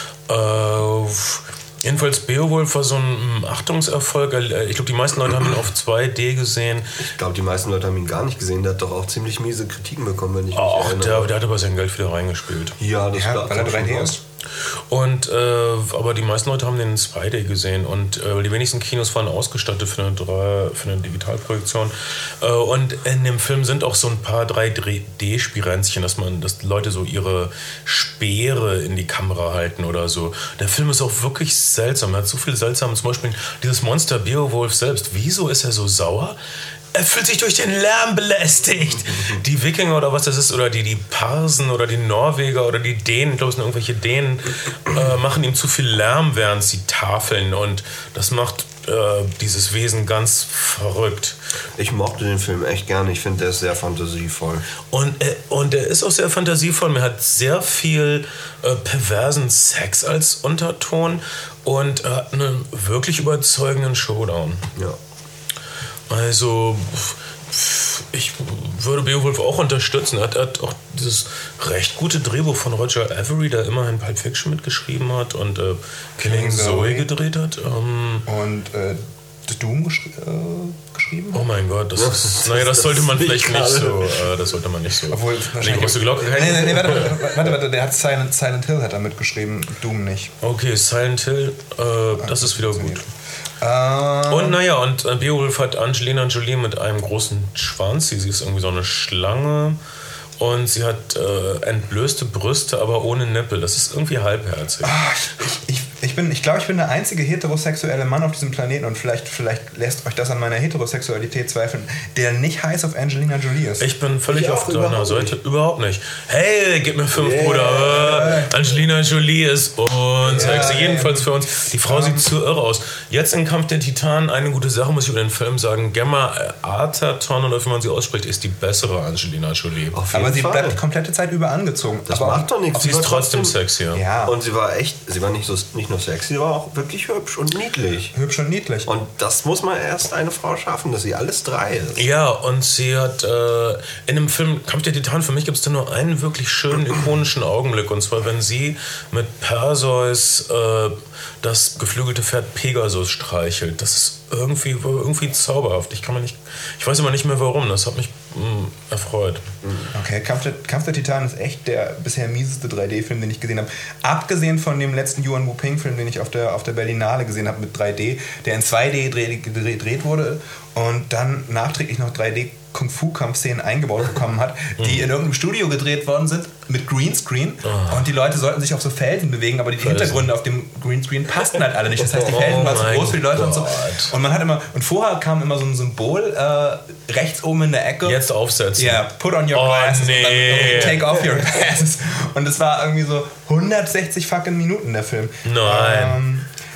Äh, jedenfalls Beowulf war so ein Achtungserfolg. Ich glaube, die meisten Leute haben ihn auf zwei D gesehen. Ich glaube, die meisten Leute haben ihn gar nicht gesehen. Der hat doch auch ziemlich miese Kritiken bekommen, wenn ich mich Ach, erinnere. Der, der hat aber sein Geld wieder reingespielt. Ja, das ja, war weil er drei D ist. Und, äh, aber die meisten Leute haben den in zwei D gesehen und äh, die wenigsten Kinos waren ausgestattet für eine, drei, für eine Digitalprojektion. Äh, und in dem Film sind auch so ein paar drei D-Spirenzchen, dass man, dass Leute so ihre Speere in die Kamera halten oder so. Der Film ist auch wirklich seltsam. Er hat so viel seltsam. Zum Beispiel dieses Monster Beowulf selbst. Wieso ist er so sauer? Er fühlt sich durch den Lärm belästigt. Die Wikinger oder was das ist, oder die, die Parsen oder die Norweger oder die Dänen, ich glaube es sind irgendwelche Dänen, äh, machen ihm zu viel Lärm, während sie tafeln. Und das macht äh, dieses Wesen ganz verrückt. Ich mochte den Film echt gerne. Ich finde, der ist sehr fantasievoll. Und, äh, und er ist auch sehr fantasievoll. Er hat sehr viel äh, perversen Sex als Unterton und äh, einen wirklich überzeugenden Showdown. Ja. Also, ich würde Beowulf auch unterstützen. Er hat, er hat auch dieses recht gute Drehbuch von Roger Avery, der immerhin Pulp Fiction mitgeschrieben hat und äh, Killing Zoe gedreht hat. Ähm, und äh, Doom geschri- äh, geschrieben hat? Oh mein Gott, das ist, naja, das sollte man vielleicht nicht so, äh, das sollte man nicht so. Obwohl, die große Glocke. Nee, nee, nee, warte, warte, warte, der hat Silent, Silent Hill hat er mitgeschrieben, Doom nicht. Okay, Silent Hill, äh, das ist wieder gut. Uh, und naja, und äh, Beowulf hat Angelina Jolie mit einem großen Schwanz. Sie, sie ist irgendwie so eine Schlange. Und sie hat äh, entblößte Brüste, aber ohne Nippel. Das ist irgendwie halbherzig. Ah, ich, ich, ich, bin, ich glaube, ich bin der einzige heterosexuelle Mann auf diesem Planeten und vielleicht, vielleicht lässt euch das an meiner Heterosexualität zweifeln, der nicht heiß auf Angelina Jolie ist. Ich bin völlig ich auf deiner Seite. Nicht. Überhaupt nicht. Hey, gib mir fünf, yeah. Bruder. Angelina Jolie ist unsexy. Yeah. Jedenfalls für uns. Die Frau um. sieht zu irre aus. Jetzt in Kampf der Titanen, eine gute Sache muss ich über den Film sagen. Gemma Arterton, oder wie man sie ausspricht, ist die bessere Angelina Jolie. Aber sie Fall. bleibt die komplette Zeit über angezogen. Das aber macht doch nichts. Sie ist trotzdem sexy. Ja. ja. Und sie war echt, sie war nicht, so, nicht nur sexy, sie war auch wirklich hübsch und niedlich. Hübsch und niedlich. Und das muss man erst eine Frau schaffen, dass sie alles drei ist. Ja, und sie hat äh, in dem Film Kampf der Titanen, für mich gibt es da nur einen wirklich schönen, ikonischen Augenblick. Und zwar, wenn sie mit Perseus äh, das geflügelte Pferd Pegasus streichelt. Das ist irgendwie, irgendwie zauberhaft. Ich kann mir nicht, ich weiß immer nicht mehr warum. Das hat mich mh, erfreut. Okay, Kampf der, Kampf der Titanen ist echt der bisher mieseste drei D-Film, den ich gesehen habe. Abgesehen von dem letzten Yuan Wu-Ping-Film, den ich auf der, auf der Berlinale gesehen habe mit drei D, der in zwei D gedreht wurde und dann nachträglich noch drei D Kung-Fu-Kampfszenen eingebaut bekommen hat, die in irgendeinem Studio gedreht worden sind mit Greenscreen oh. und die Leute sollten sich auf so Felsen bewegen, aber die Felsen. Hintergründe auf dem Greenscreen passten halt alle nicht. Das heißt, die Felsen oh waren zu groß für die Leute Gott. und so. Und man hat immer, und vorher kam immer so ein Symbol äh, rechts oben in der Ecke. Jetzt aufsetzen. Ja, yeah, put on your oh, glasses nee. und dann take off your glasses. Und es war irgendwie so hundertsechzig fucking Minuten der Film. Nein. Ähm,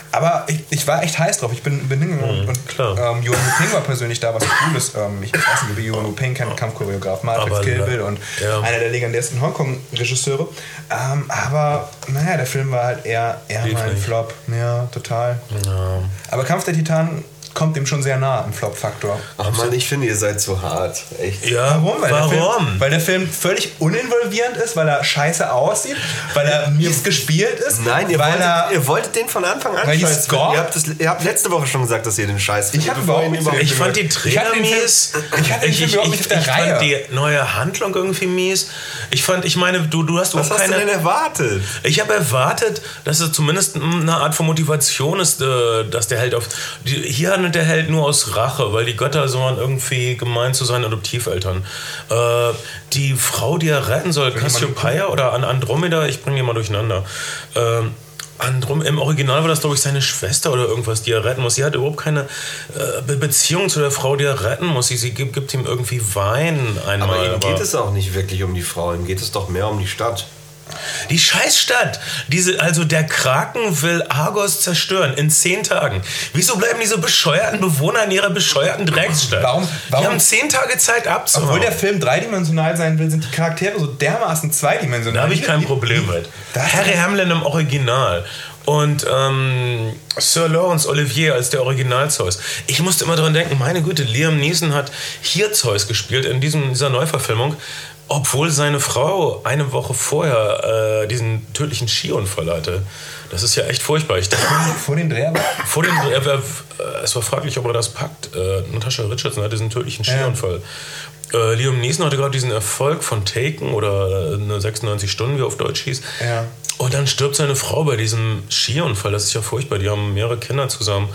Aber ich, ich war echt heiß drauf. Ich bin, bin hingegangen mhm, und ähm, Johan Woo-ping war persönlich da, was cool ist. Ähm, ich weiß nicht, wie Johan Woo-ping kennt, Kampfchoreograf, Matrix, Kill Bill und ja. einer der legendärsten Hongkong-Regisseure. Ähm, aber naja, der Film war halt eher, eher mal ein Flop. Ja, total. Ja. Aber Kampf der Titanen kommt dem schon sehr nah im Flop-Faktor. Ach man, ich finde, ihr seid zu hart. Echt. Ja, warum? Weil, warum? Der Film, weil der Film völlig uninvolvierend ist, weil er scheiße aussieht, weil er mies gespielt ist. Nein, ihr, weil wolltet, er, ihr wolltet den von Anfang an scheiße. Ihr habt, das, ihr habt letzte Woche schon gesagt, dass ihr den Scheiß findet. Ich, ich, ich fand die Trailer mies. Ich, ich, ich, ich, ich, ich fand die neue Handlung irgendwie mies. Ich fand, ich meine, du, du hast Was auch keine... Was hast du denn erwartet? Ich habe erwartet, dass es zumindest eine Art von Motivation ist, dass der Held auf... Die, hier handelt der Held nur aus Rache, weil die Götter sollen irgendwie gemein zu seinen Adoptiveltern. Äh, die Frau, die er retten soll, Cassiopeia oder Andromeda, ich bringe die mal durcheinander. Äh, Androm, im Original war das, glaube ich, seine Schwester oder irgendwas, die er retten muss. Sie hat überhaupt keine äh, Beziehung zu der Frau, die er retten muss. Sie, sie gibt, gibt ihm irgendwie Wein einmal. Aber ihm aber geht es auch nicht wirklich um die Frau, ihm geht es doch mehr um die Stadt. Die Scheißstadt! Diese, also der Kraken will Argos zerstören in zehn Tagen. Wieso bleiben diese bescheuerten Bewohner in ihrer bescheuerten Drecksstadt? Warum, warum? Die haben zehn Tage Zeit abzuhauen. Obwohl der Film dreidimensional sein will, sind die Charaktere so dermaßen zweidimensional. Da habe ich kein Problem mit. Harry Hamlin im Original. Und ähm, Sir Laurence Olivier als der Original-Zeus. Ich musste immer dran denken, meine Güte, Liam Neeson hat hier Zeus gespielt in diesem, dieser Neuverfilmung. Obwohl seine Frau eine Woche vorher äh, diesen tödlichen Skiunfall hatte. Das ist ja echt furchtbar. Ich dachte, vor den Dreharbeiten? Vor den Dreharbeiten. Äh, es war fraglich, ob er das packt. Äh, Natasha Richardson hatte diesen tödlichen Skiunfall. Ja. Äh, Liam Neeson hatte gerade diesen Erfolg von Taken oder eine sechsundneunzig Stunden, wie auf Deutsch hieß. Ja. Und dann stirbt seine Frau bei diesem Skiunfall. Das ist ja furchtbar. Die haben mehrere Kinder zusammen.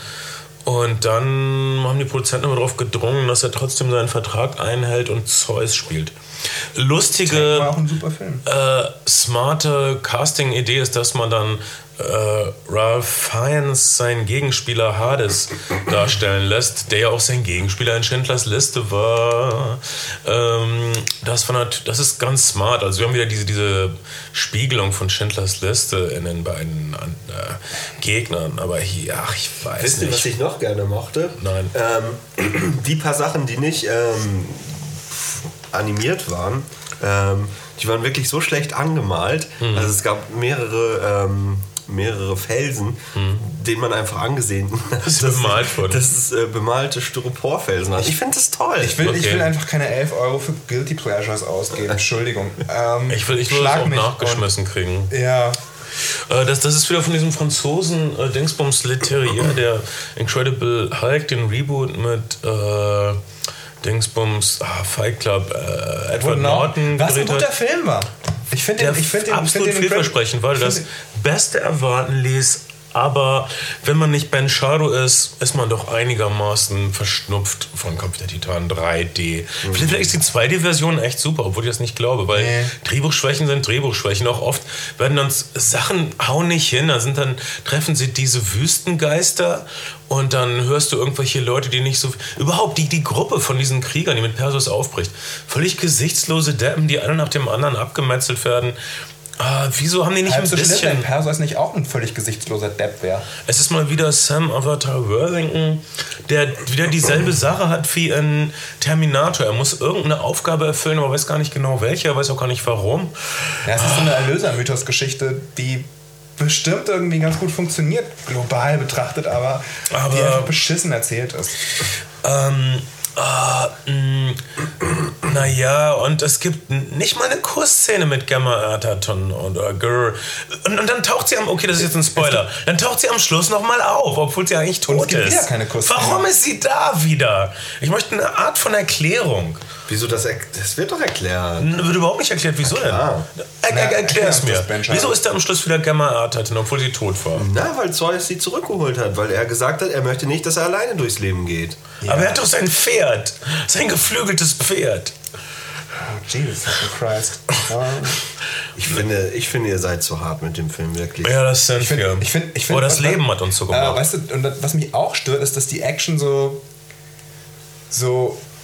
Und dann haben die Produzenten immer darauf gedrungen, dass er trotzdem seinen Vertrag einhält und Zeus spielt. Lustige, war auch ein super Film. Äh, smarte Casting-Idee ist, dass man dann äh, Ralph Fiennes, seinen Gegenspieler Hades, darstellen lässt, der ja auch sein Gegenspieler in Schindlers Liste war. Ähm, das, war nat- das ist ganz smart. Also wir haben wieder diese, diese Spiegelung von Schindlers Liste in den beiden äh, Gegnern. Aber hier, ach, ich weiß Wisst nicht. Wisst ihr, was ich noch gerne mochte? Nein. Ähm, die paar Sachen, die nicht ähm, animiert waren, ähm, die waren wirklich so schlecht angemalt. Mhm. Also es gab mehrere, ähm, mehrere Felsen, mhm. denen man einfach angesehen hat. Das ist bemalt worden. Das ist äh, bemalte Styroporfelsen. Ich, ich finde das toll. Ich will, okay. ich will einfach keine elf Euro für Guilty Pleasures ausgeben. Entschuldigung. Ähm, ich will, ich will das auch nachgeschmissen kriegen. Ja. Das, das ist wieder von diesem Franzosen äh, Dingsbums Leterrier, der Incredible Hulk, den Reboot mit äh, Dingsbums, ah, Fight Club, äh, Edward Norton was ein guter Film war. Ich finde den, ich find den absolut find den vielversprechend, weil das Beste erwarten ließ. Aber wenn man nicht Ben Shadow ist, ist man doch einigermaßen verschnupft von Kampf der Titanen drei D. Mhm. Vielleicht ist die zwei D-Version echt super, obwohl ich das nicht glaube, weil nee. Drehbuchschwächen sind Drehbuchschwächen. Auch oft werden dann Sachen hauen nicht hin, da sind dann, treffen sie diese Wüstengeister und dann hörst du irgendwelche Leute, die nicht so... Überhaupt die, die Gruppe von diesen Kriegern, die mit Perseus aufbricht. Völlig gesichtslose Deppen, die einer nach dem anderen abgemetzelt werden. Ah, wieso haben die nicht Halb ein so bisschen... Schlimm, wenn Perseus nicht auch ein völlig gesichtsloser Depp wäre. Es ist mal wieder Sam Avatar Worthington, der wieder dieselbe Sache hat wie in Terminator. Er muss irgendeine Aufgabe erfüllen, aber weiß gar nicht genau welche, er weiß auch gar nicht warum. Ja, es ist so eine Erlöser-Mythos-Geschichte, die bestimmt irgendwie ganz gut funktioniert, global betrachtet, aber, aber die einfach beschissen erzählt ist. Ähm... Uh, naja, und es gibt nicht mal eine Kussszene mit Gemma Arterton oder Girl. Und, und dann taucht sie am, okay, das ist jetzt ein Spoiler, dann taucht sie am Schluss nochmal auf, obwohl sie eigentlich tot und es gibt ist. Wieder keine Kussszene. Warum ist sie da wieder? Ich möchte eine Art von Erklärung. Wieso das? Er- das wird doch erklärt. Wird überhaupt nicht erklärt, wieso denn? Er, er, erklär es mir. Wieso ist da am Schluss wieder Gemma Arterton, obwohl sie tot war? Na, weil Zeus sie zurückgeholt hat, weil er gesagt hat, er möchte nicht, dass er alleine durchs Leben geht. Ja. Aber er hat doch sein Pferd, sein geflügeltes Pferd. Oh, Jesus Christ. Ich finde, ich finde, ihr seid zu hart mit dem Film, wirklich. Ja, das sind ich find, wir. Ich find, ich find, oh, das was, Leben hat uns so gemacht. Äh, weißt du, und das, was mich auch stört, ist, dass die Action so, so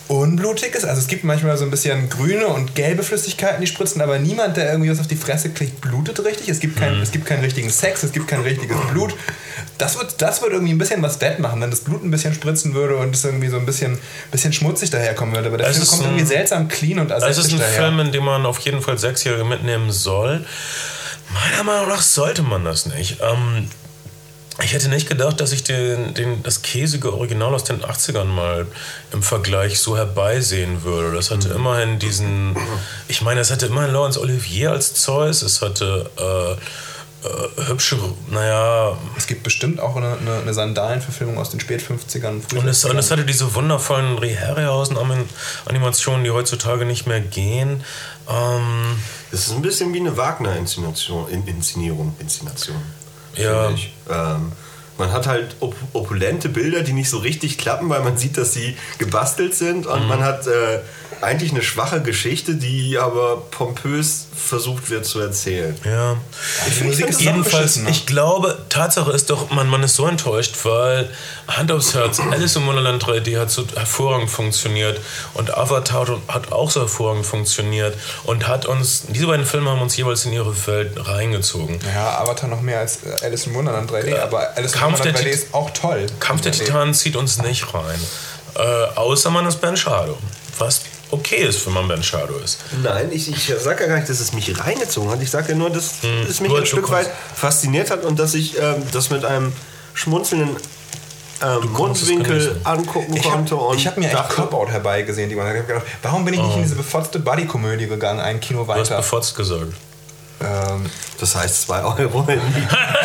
unblutig ist. Also es gibt manchmal so ein bisschen grüne und gelbe Flüssigkeiten, die spritzen, aber niemand, der irgendwie was auf die Fresse kriegt, blutet richtig. Es gibt, kein, mhm. es gibt keinen richtigen Sex, es gibt kein richtiges Blut. Das wird, das wird irgendwie ein bisschen was wettmachen, wenn das Blut ein bisschen spritzen würde und es irgendwie so ein bisschen, bisschen schmutzig daherkommen würde. Aber der es Film kommt ein, irgendwie seltsam clean und aseptisch daher. Es ist ein daher. Film, in dem man auf jeden Fall Sechsjährige mitnehmen soll. Meiner Meinung nach sollte man das nicht. Ähm, ich hätte nicht gedacht, dass ich den, den, das käsige Original aus den achtzigern mal im Vergleich so herbeisehen würde. Das hatte mhm. immerhin diesen... Ich meine, es hatte immerhin Laurence Olivier als Zeus. Es hatte... Äh, Äh, hübsche, naja... Es gibt bestimmt auch eine, eine, eine Sandalenverfilmung aus den Spätfünfzigern. Und es, und es hatte diese wundervollen Ray Harryhausen-Animationen, die heutzutage nicht mehr gehen. Ähm, das ist ein bisschen wie eine Wagner-Inszenierung. Inszenierung, Inszenation. Ja. Ähm, man hat halt op- opulente Bilder, die nicht so richtig klappen, weil man sieht, dass sie gebastelt sind. Und mhm. man hat äh, eigentlich eine schwache Geschichte, die aber pompös versucht wird zu erzählen. Ja. Die Musik ist jedenfalls, ne? Ich glaube, Tatsache ist doch, man, man ist so enttäuscht, weil Hand aufs Herz, Alice im Wunderland drei D hat so hervorragend funktioniert und Avatar hat auch so hervorragend funktioniert und hat uns, diese beiden Filme haben uns jeweils in ihre Welt reingezogen. Ja, Avatar noch mehr als Alice im Wunderland drei D, äh, aber Alice im Wunderland drei D ist auch toll. Kampf der Titanen zieht uns nicht rein. Äh, außer man ist Ben Shadow. Was okay ist, wenn man Ben Shadow ist. Nein, ich, ich sage ja gar nicht, dass es mich reingezogen hat. Ich sage ja nur, dass hm, es mich ein Stück weit fasziniert hat und dass ich ähm, das mit einem schmunzelnden ähm, Mundwinkel angucken ich konnte. Hab, ich habe mir echt Cop-Out herbeigesehen. Die ich habe gedacht, warum bin ich nicht oh. in diese befotzte Buddy-Komödie gegangen, ein Kino weiter? Du hast befotzt gesagt. Ähm, das heißt zwei Euro in die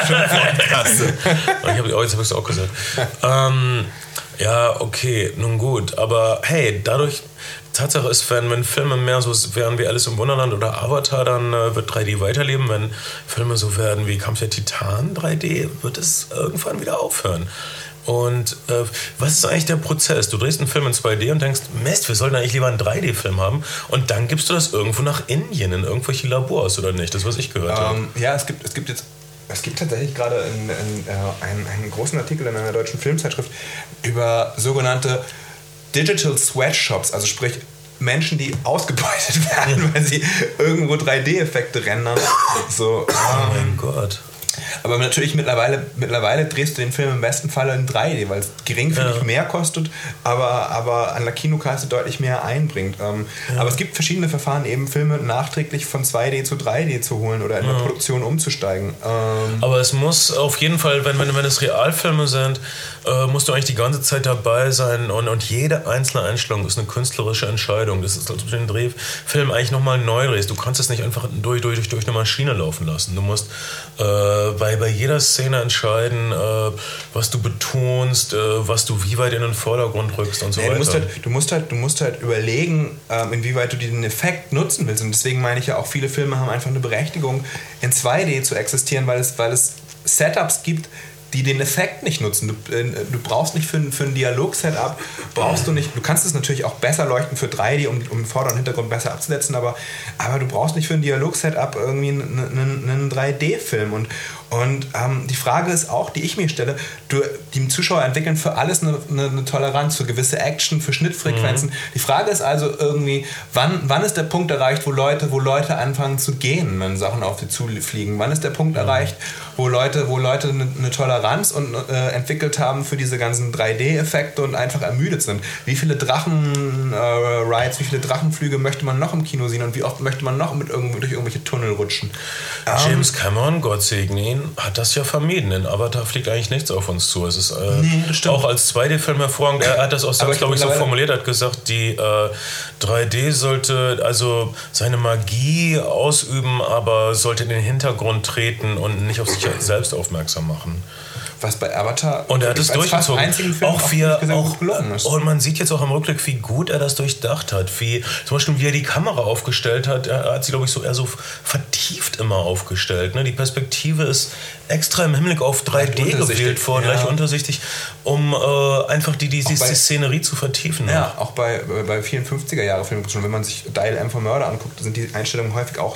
Kasse. Ich habe oh, jetzt habe ich es auch gesagt. ähm, ja, okay, nun gut. Aber hey, dadurch... Tatsache ist, wenn, wenn Filme mehr so wären wie Alice im Wunderland oder Avatar, dann äh, wird drei D weiterleben. Wenn Filme so werden wie Kampf der Titanen drei D, wird es irgendwann wieder aufhören. Und äh, was ist eigentlich der Prozess? Du drehst einen Film in zwei D und denkst, Mist, wir sollten eigentlich lieber einen drei D-Film haben. Und dann gibst du das irgendwo nach Indien, in irgendwelche Labors, oder nicht? Das, was ich gehört ähm, habe. Ja, es gibt, es gibt jetzt... Es gibt tatsächlich gerade einen, einen, einen, einen großen Artikel in einer deutschen Filmzeitschrift über sogenannte Digital Sweatshops, also sprich Menschen, die ausgebeutet werden, weil sie irgendwo drei D-Effekte rendern. So, oh mein Gott. Aber natürlich mittlerweile, mittlerweile drehst du den Film im besten Fall in drei D, weil es geringfügig ja. mehr kostet, aber, aber an der Kinokasse deutlich mehr einbringt. Ähm, ja. Aber es gibt verschiedene Verfahren, eben Filme nachträglich von zwei D zu drei D zu holen oder in ja. der Produktion umzusteigen. Ähm, aber es muss auf jeden Fall, wenn, wenn, wenn es Realfilme sind, äh, musst du eigentlich die ganze Zeit dabei sein und, und jede einzelne Einstellung ist eine künstlerische Entscheidung. Das ist, als ob du den Drehfilm eigentlich nochmal neu drehst. Du kannst es nicht einfach durch, durch, durch eine Maschine laufen lassen. Du musst äh, bei, bei jeder Szene entscheiden, äh, was du betonst, äh, was du wie weit in den Vordergrund rückst und so nee, weiter. Du musst, halt, du, musst halt, du musst halt überlegen, ähm, inwieweit du diesen Effekt nutzen willst. Und deswegen meine ich ja auch, viele Filme haben einfach eine Berechtigung, in zwei D zu existieren, weil es, weil es Setups gibt, die den Effekt nicht nutzen. Du, äh, du brauchst nicht für, für ein Dialog-Setup, brauchst du nicht, du kannst es natürlich auch besser leuchten für drei D, um, um den Vorder- und Hintergrund besser abzusetzen, aber, aber du brauchst nicht für ein Dialog-Setup irgendwie einen, einen, einen drei D-Film. Und, und ähm, die Frage ist auch, die ich mir stelle, du, die Zuschauer entwickeln für alles eine, eine, eine Toleranz, für gewisse Action, für Schnittfrequenzen. Mhm. Die Frage ist also irgendwie, wann, wann ist der Punkt erreicht, wo Leute, wo Leute anfangen zu gehen, wenn Sachen auf sie zufliegen? Wann ist der Punkt mhm. erreicht, wo Leute, wo Leute eine, eine Toleranz und, äh, entwickelt haben für diese ganzen drei D-Effekte und einfach ermüdet sind? Wie viele Drachen-Rides, äh, wie viele Drachenflüge möchte man noch im Kino sehen und wie oft möchte man noch mit irgendw- durch irgendwelche Tunnel rutschen? James um, Cameron, Gott segne ihn, hat das ja vermieden. In Avatar fliegt eigentlich nichts auf uns zu. Es ist äh, nee, auch als zwei D-Film hervorragend. Er hat das auch selbst, glaube ich, so formuliert, hat gesagt, die äh, drei D sollte also seine Magie ausüben, aber sollte in den Hintergrund treten und nicht auf sich selbst aufmerksam machen. Was bei Avatar und er hat es durchgezogen. Film auch wie er auch gelungen ist. Und man sieht jetzt auch im Rückblick, wie gut er das durchdacht hat. Wie zum Beispiel, wie er die Kamera aufgestellt hat. Er hat sie, glaube ich, so eher so vertieft immer aufgestellt. Ne? Die Perspektive ist extra im Hinblick auf drei D gewählt worden, ja. Leicht untersichtig, um äh, einfach die, die, die, bei, die Szenerie zu vertiefen. Ja, auch bei, bei vielen fünfziger-Jahre-Filmen, wenn man sich Dial M for Murder anguckt, sind die Einstellungen häufig auch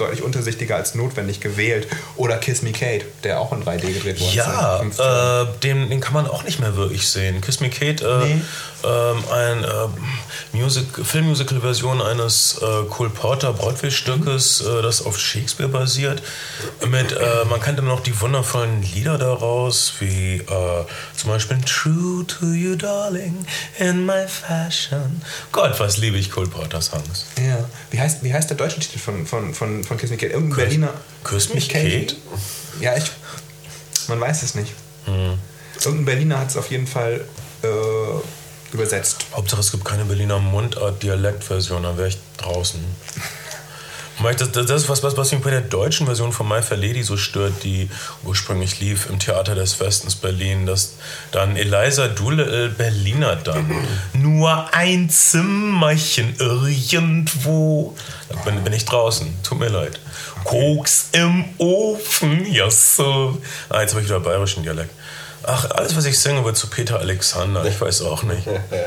deutlich untersichtiger als notwendig gewählt. Oder Kiss Me Kate, der auch in drei D gedreht wurde. Ja, äh, den, den kann man auch nicht mehr wirklich sehen. Kiss Me Kate, äh, nee. ähm, ein äh, Music, Filmmusical-Version eines äh, Cole Porter Broadway-Stückes, äh, das auf Shakespeare basiert. Mit, äh, man kannte noch die wundervollen Lieder daraus, wie äh, zum Beispiel True to You, Darling, in my fashion. Gott, was liebe ich Cole Porter Songs. Ja. Wie heißt, wie heißt der deutsche Titel von, von, von, von Kiss Me Kate? Irgendein Küss, Berliner. Küss mich Kate? Ja, ich. Man weiß es nicht. Hm. Irgendein Berliner hat es auf jeden Fall äh, übersetzt. Hauptsache, es gibt keine Berliner Mundart-Dialekt-Version, dann wäre ich draußen. Das, das ist was, was, was mich bei der deutschen Version von My Fair Lady so stört, die ursprünglich lief im Theater des Westens Berlin, dass dann Eliza Doolittle Berliner dann nur ein Zimmerchen irgendwo. Da bin, bin ich draußen, tut mir leid. Koks im Ofen, ja so. Ah, jetzt habe ich wieder bayerischen Dialekt. Ach, alles, was ich singe, wird zu Peter Alexander, ich weiß auch nicht.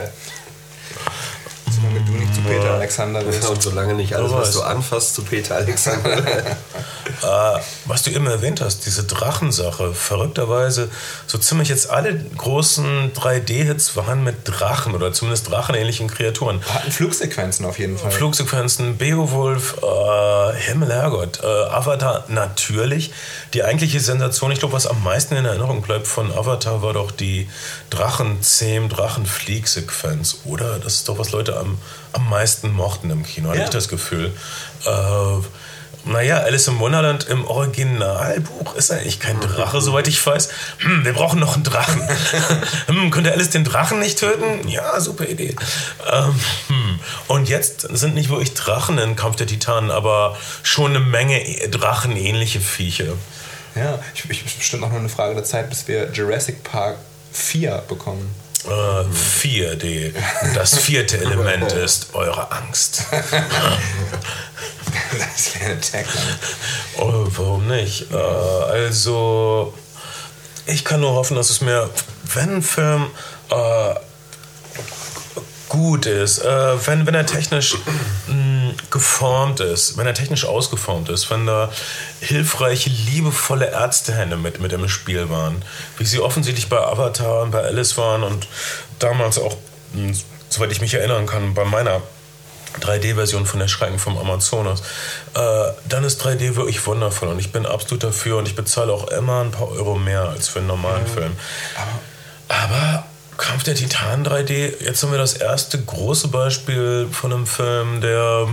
Solange du nicht zu Peter Alexander bist. Und solange nicht alles, was du anfasst, zu Peter Alexander. äh, was du eben erwähnt hast, diese Drachensache. Verrückterweise, so ziemlich jetzt alle großen drei D-Hits waren mit Drachen oder zumindest drachenähnlichen Kreaturen. Hatten Flugsequenzen auf jeden Fall. Flugsequenzen, Beowulf, äh, Himmel, Herrgott, äh, Avatar natürlich. Die eigentliche Sensation, ich glaube, was am meisten in Erinnerung bleibt von Avatar, war doch die Drachenzähm, Drachenflieg-Sequenz. Oder? Das ist doch, was Leute am, am meisten mochten im Kino, hatte ja. ich das Gefühl. Äh, naja, Alice im Wunderland im Originalbuch ist eigentlich kein Drache, soweit ich weiß. Hm, wir brauchen noch einen Drachen. hm, könnte Alice den Drachen nicht töten? Ja, super Idee. Ähm, hm. Und jetzt sind nicht wirklich Drachen in Kampf der Titanen, aber schon eine Menge drachenähnliche Viecher. Ja, ich, ich bestimmt auch nur eine Frage der Zeit, bis wir Jurassic Park vier bekommen. Uh, vier D. Das vierte Element ist eure Angst. Das wäre eine Tagline. Oh, warum nicht? Uh, also, ich kann nur hoffen, dass es mir, wenn ein Film uh, gut ist, uh, wenn, wenn er technisch mh, geformt ist, wenn er technisch ausgeformt ist, wenn da hilfreiche, liebevolle Ärztehände mit, mit im Spiel waren, wie sie offensichtlich bei Avatar und bei Alice waren und damals auch, soweit ich mich erinnern kann, bei meiner drei D-Version von der Schrecken vom Amazonas, äh, dann ist drei D wirklich wundervoll und ich bin absolut dafür und ich bezahle auch immer ein paar Euro mehr als für einen normalen mhm. Film. Aber, aber Kampf der Titanen drei D, jetzt haben wir das erste große Beispiel von einem Film, der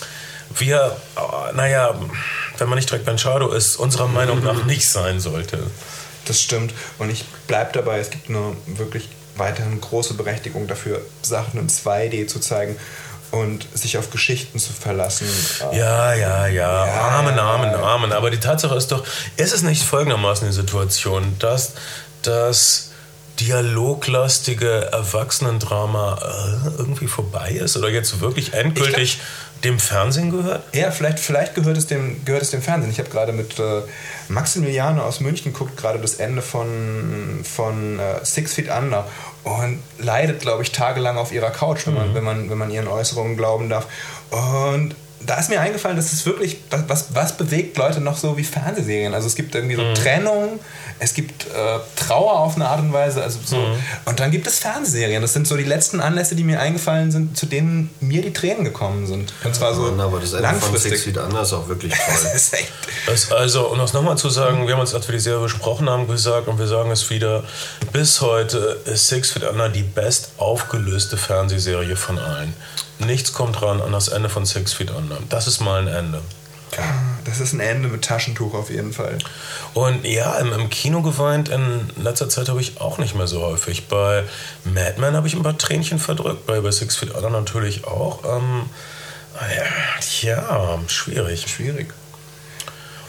wir, naja, wenn man nicht direkt Ben Shadow ist, unserer Meinung nach nicht sein sollte. Das stimmt. Und ich bleibe dabei, es gibt eine wirklich weiterhin große Berechtigung dafür, Sachen in zwei D zu zeigen und sich auf Geschichten zu verlassen. Ja, ja, ja. ja Amen, Amen, Amen. Aber die Tatsache ist doch, ist es nicht folgendermaßen die Situation, dass das dialoglastige Erwachsenendrama äh, irgendwie vorbei ist oder jetzt wirklich endgültig dem Fernsehen gehört? Ja, vielleicht, vielleicht gehört, es dem, gehört es dem Fernsehen. Ich habe gerade mit äh, Maximiliane aus München guckt gerade das Ende von, von äh, Six Feet Under und leidet, glaube ich, tagelang auf ihrer Couch, wenn man, mhm. wenn man, wenn man ihren Äußerungen glauben darf. Und da ist mir eingefallen, dass es wirklich, was, was bewegt Leute noch so wie Fernsehserien? Also es gibt irgendwie so mhm. Trennung, es gibt äh, Trauer auf eine Art und Weise, also so. Mhm. Und dann gibt es Fernsehserien. Das sind so die letzten Anlässe, die mir eingefallen sind, zu denen mir die Tränen gekommen sind. Und zwar so ja, aber das Ende von Six Feet Under ist auch wirklich toll. Das ist echt. Das also, um das nochmal zu sagen, wir haben uns, als wir die Serie besprochen haben, gesagt und wir sagen es wieder, bis heute ist Six Feet Under die best aufgelöste Fernsehserie von allen. Nichts kommt ran an das Ende von Six Feet Under. Das ist mal ein Ende. Das ist ein Ende mit Taschentuch auf jeden Fall. Und ja, im, im Kino geweint in letzter Zeit habe ich auch nicht mehr so häufig. Bei Mad Men habe ich ein paar Tränchen verdrückt, bei, bei Six Feet Under natürlich auch. Ähm, ja, ja, schwierig. Schwierig.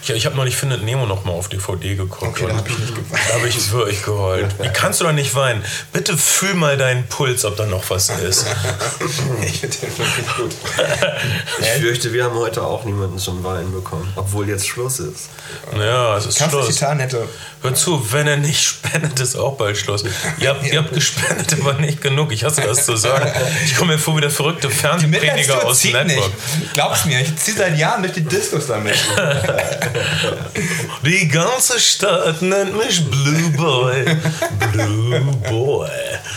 Ich, ich habe neulich Findet Nemo noch mal auf D V D geguckt. Okay, da habe ich nicht geweint. Da habe ich wirklich geheult. Wie kannst du da nicht weinen? Bitte fühl mal deinen Puls, ob da noch was ist. Ich finde den wirklich gut. Ich fürchte, wir haben heute auch niemanden zum Weinen bekommen, obwohl jetzt Schluss ist. Ja, es ist Kannst Schluss. Nette. Hör zu, wenn er nicht spendet, ist auch bald Schluss. Ihr habt, ihr habt gespendet, aber nicht genug. Ich hasse das zu sagen. Ich komme mir vor wie der verrückte Fernsehprediger aus dem Network. Nicht. Glaub's mir, ich ziehe seit Jahren durch die Discos damit. Die ganze Stadt nennt mich Blue Boy. Blue Boy.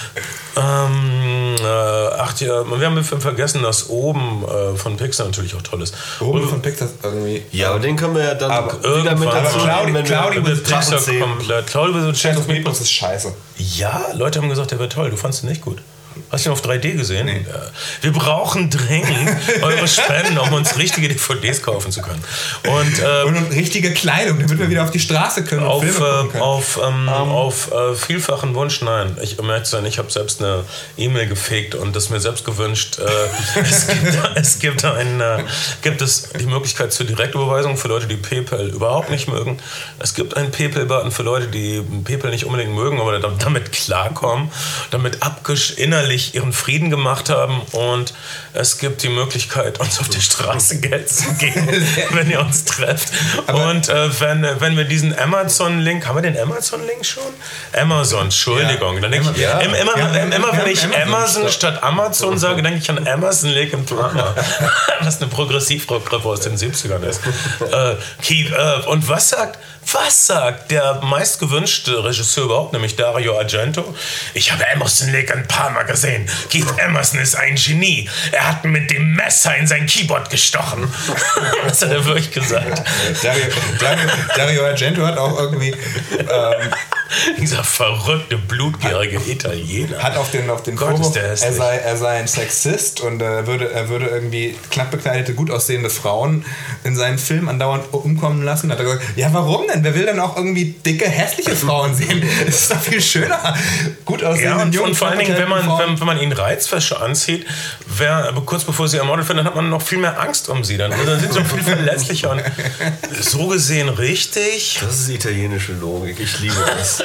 Ähm, äh, ach ja, wir haben vergessen, dass Oben äh, von Pixar natürlich auch toll ist. Oben von Pixar irgendwie. Ja, aber den können wir ja dann aber wieder mit dazu Cloudy, nehmen, Cloudy mit Pixar komplett. Cloudy with a Chance of Meatballs ist scheiße. Ja, Leute haben gesagt, der wäre toll. Du fandest ihn nicht gut. Hast du ihn auf drei D gesehen? Nee. Ja. Wir brauchen dringend eure Spenden, um uns richtige D V Ds kaufen zu können. Und, äh, und richtige Kleidung, damit wir wieder auf die Straße können und auf, Filme gucken können. Auf, ähm, um. auf äh, vielfachen Wunsch, nein. Ich merke es, ich habe selbst eine E-Mail gefegt und das mir selbst gewünscht. Äh, es gibt, es gibt, ein, äh, gibt es die Möglichkeit zur Direktüberweisung für Leute, die PayPal überhaupt nicht mögen. Es gibt einen PayPal-Button für Leute, die PayPal nicht unbedingt mögen, aber damit klarkommen, damit abgesch innerlich ihren Frieden gemacht haben, und es gibt die Möglichkeit, uns auf der Straße Geld zu geben, wenn ihr uns trefft. Aber und äh, wenn, wenn wir diesen Amazon-Link, haben wir den Amazon-Link schon? Amazon, Entschuldigung. Ja. Dann denke ich, ja. immer, immer, ja, immer, immer wenn ich Amazon, Amazon statt Amazon sage, denke ich an Amazon Lake im Drama. Was eine Progressivrockgrippe aus den siebzigern ist. äh, Keith, äh, und was sagt, was sagt der meistgewünschte Regisseur überhaupt, nämlich Dario Argento? Ich habe Amazon Lake ein paar Mal gesehen. Keith Emerson ist ein Genie. Er hat mit dem Messer in sein Keyboard gestochen. Das hat er wirklich gesagt. Dario, Dario, Dario Argento hat auch irgendwie... Ähm, dieser verrückte, blutgierige Italiener. Hat auf den, auf den Gott, Vorwurf, er sei, er sei ein Sexist und er würde, er würde irgendwie knapp bekleidete, gut aussehende Frauen in seinen Filmen andauernd umkommen lassen. Hat er gesagt, ja warum denn? Wer will denn auch irgendwie dicke, hässliche Frauen sehen? Es ist doch viel schöner, gut aussehende, ja, und, jungen, und vor allen Dingen, wenn man, wenn, wenn man ihnen Reizwäsche anzieht, wer, kurz bevor sie ermordet werden, dann hat man noch viel mehr Angst um sie. Dann, dann sind sie viel verletzlicher. Und so gesehen richtig. Das ist italienische Logik. Ich liebe das.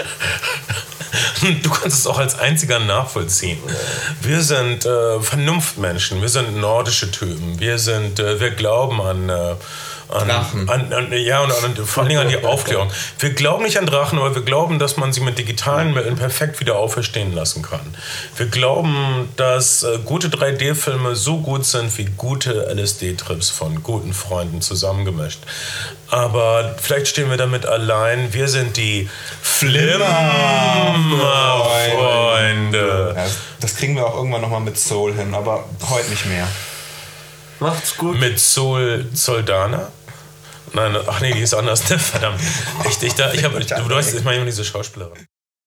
Du kannst es auch als einziger nachvollziehen. Wir sind äh, Vernunftmenschen, wir sind nordische Typen, wir sind, äh, wir glauben an, äh, an, Drachen. An, an, ja, und an, vor allen Dingen an die Aufklärung. Wir glauben nicht an Drachen, aber wir glauben, dass man sie mit digitalen Mitteln perfekt wieder auferstehen lassen kann. Wir glauben, dass äh, gute drei D-Filme so gut sind wie gute L S D-Trips von guten Freunden zusammengemischt. Aber vielleicht stehen wir damit allein. Wir sind die Flimmerfreunde. Ja, das kriegen wir auch irgendwann nochmal mit Soul hin, aber heute nicht mehr. Macht's gut. Mit Soul Soldana? Nein, ach nee, die ist anders. Verdammt. Ich, ich, ich, ich, hab, du weißt, ich meine diese Schauspielerin.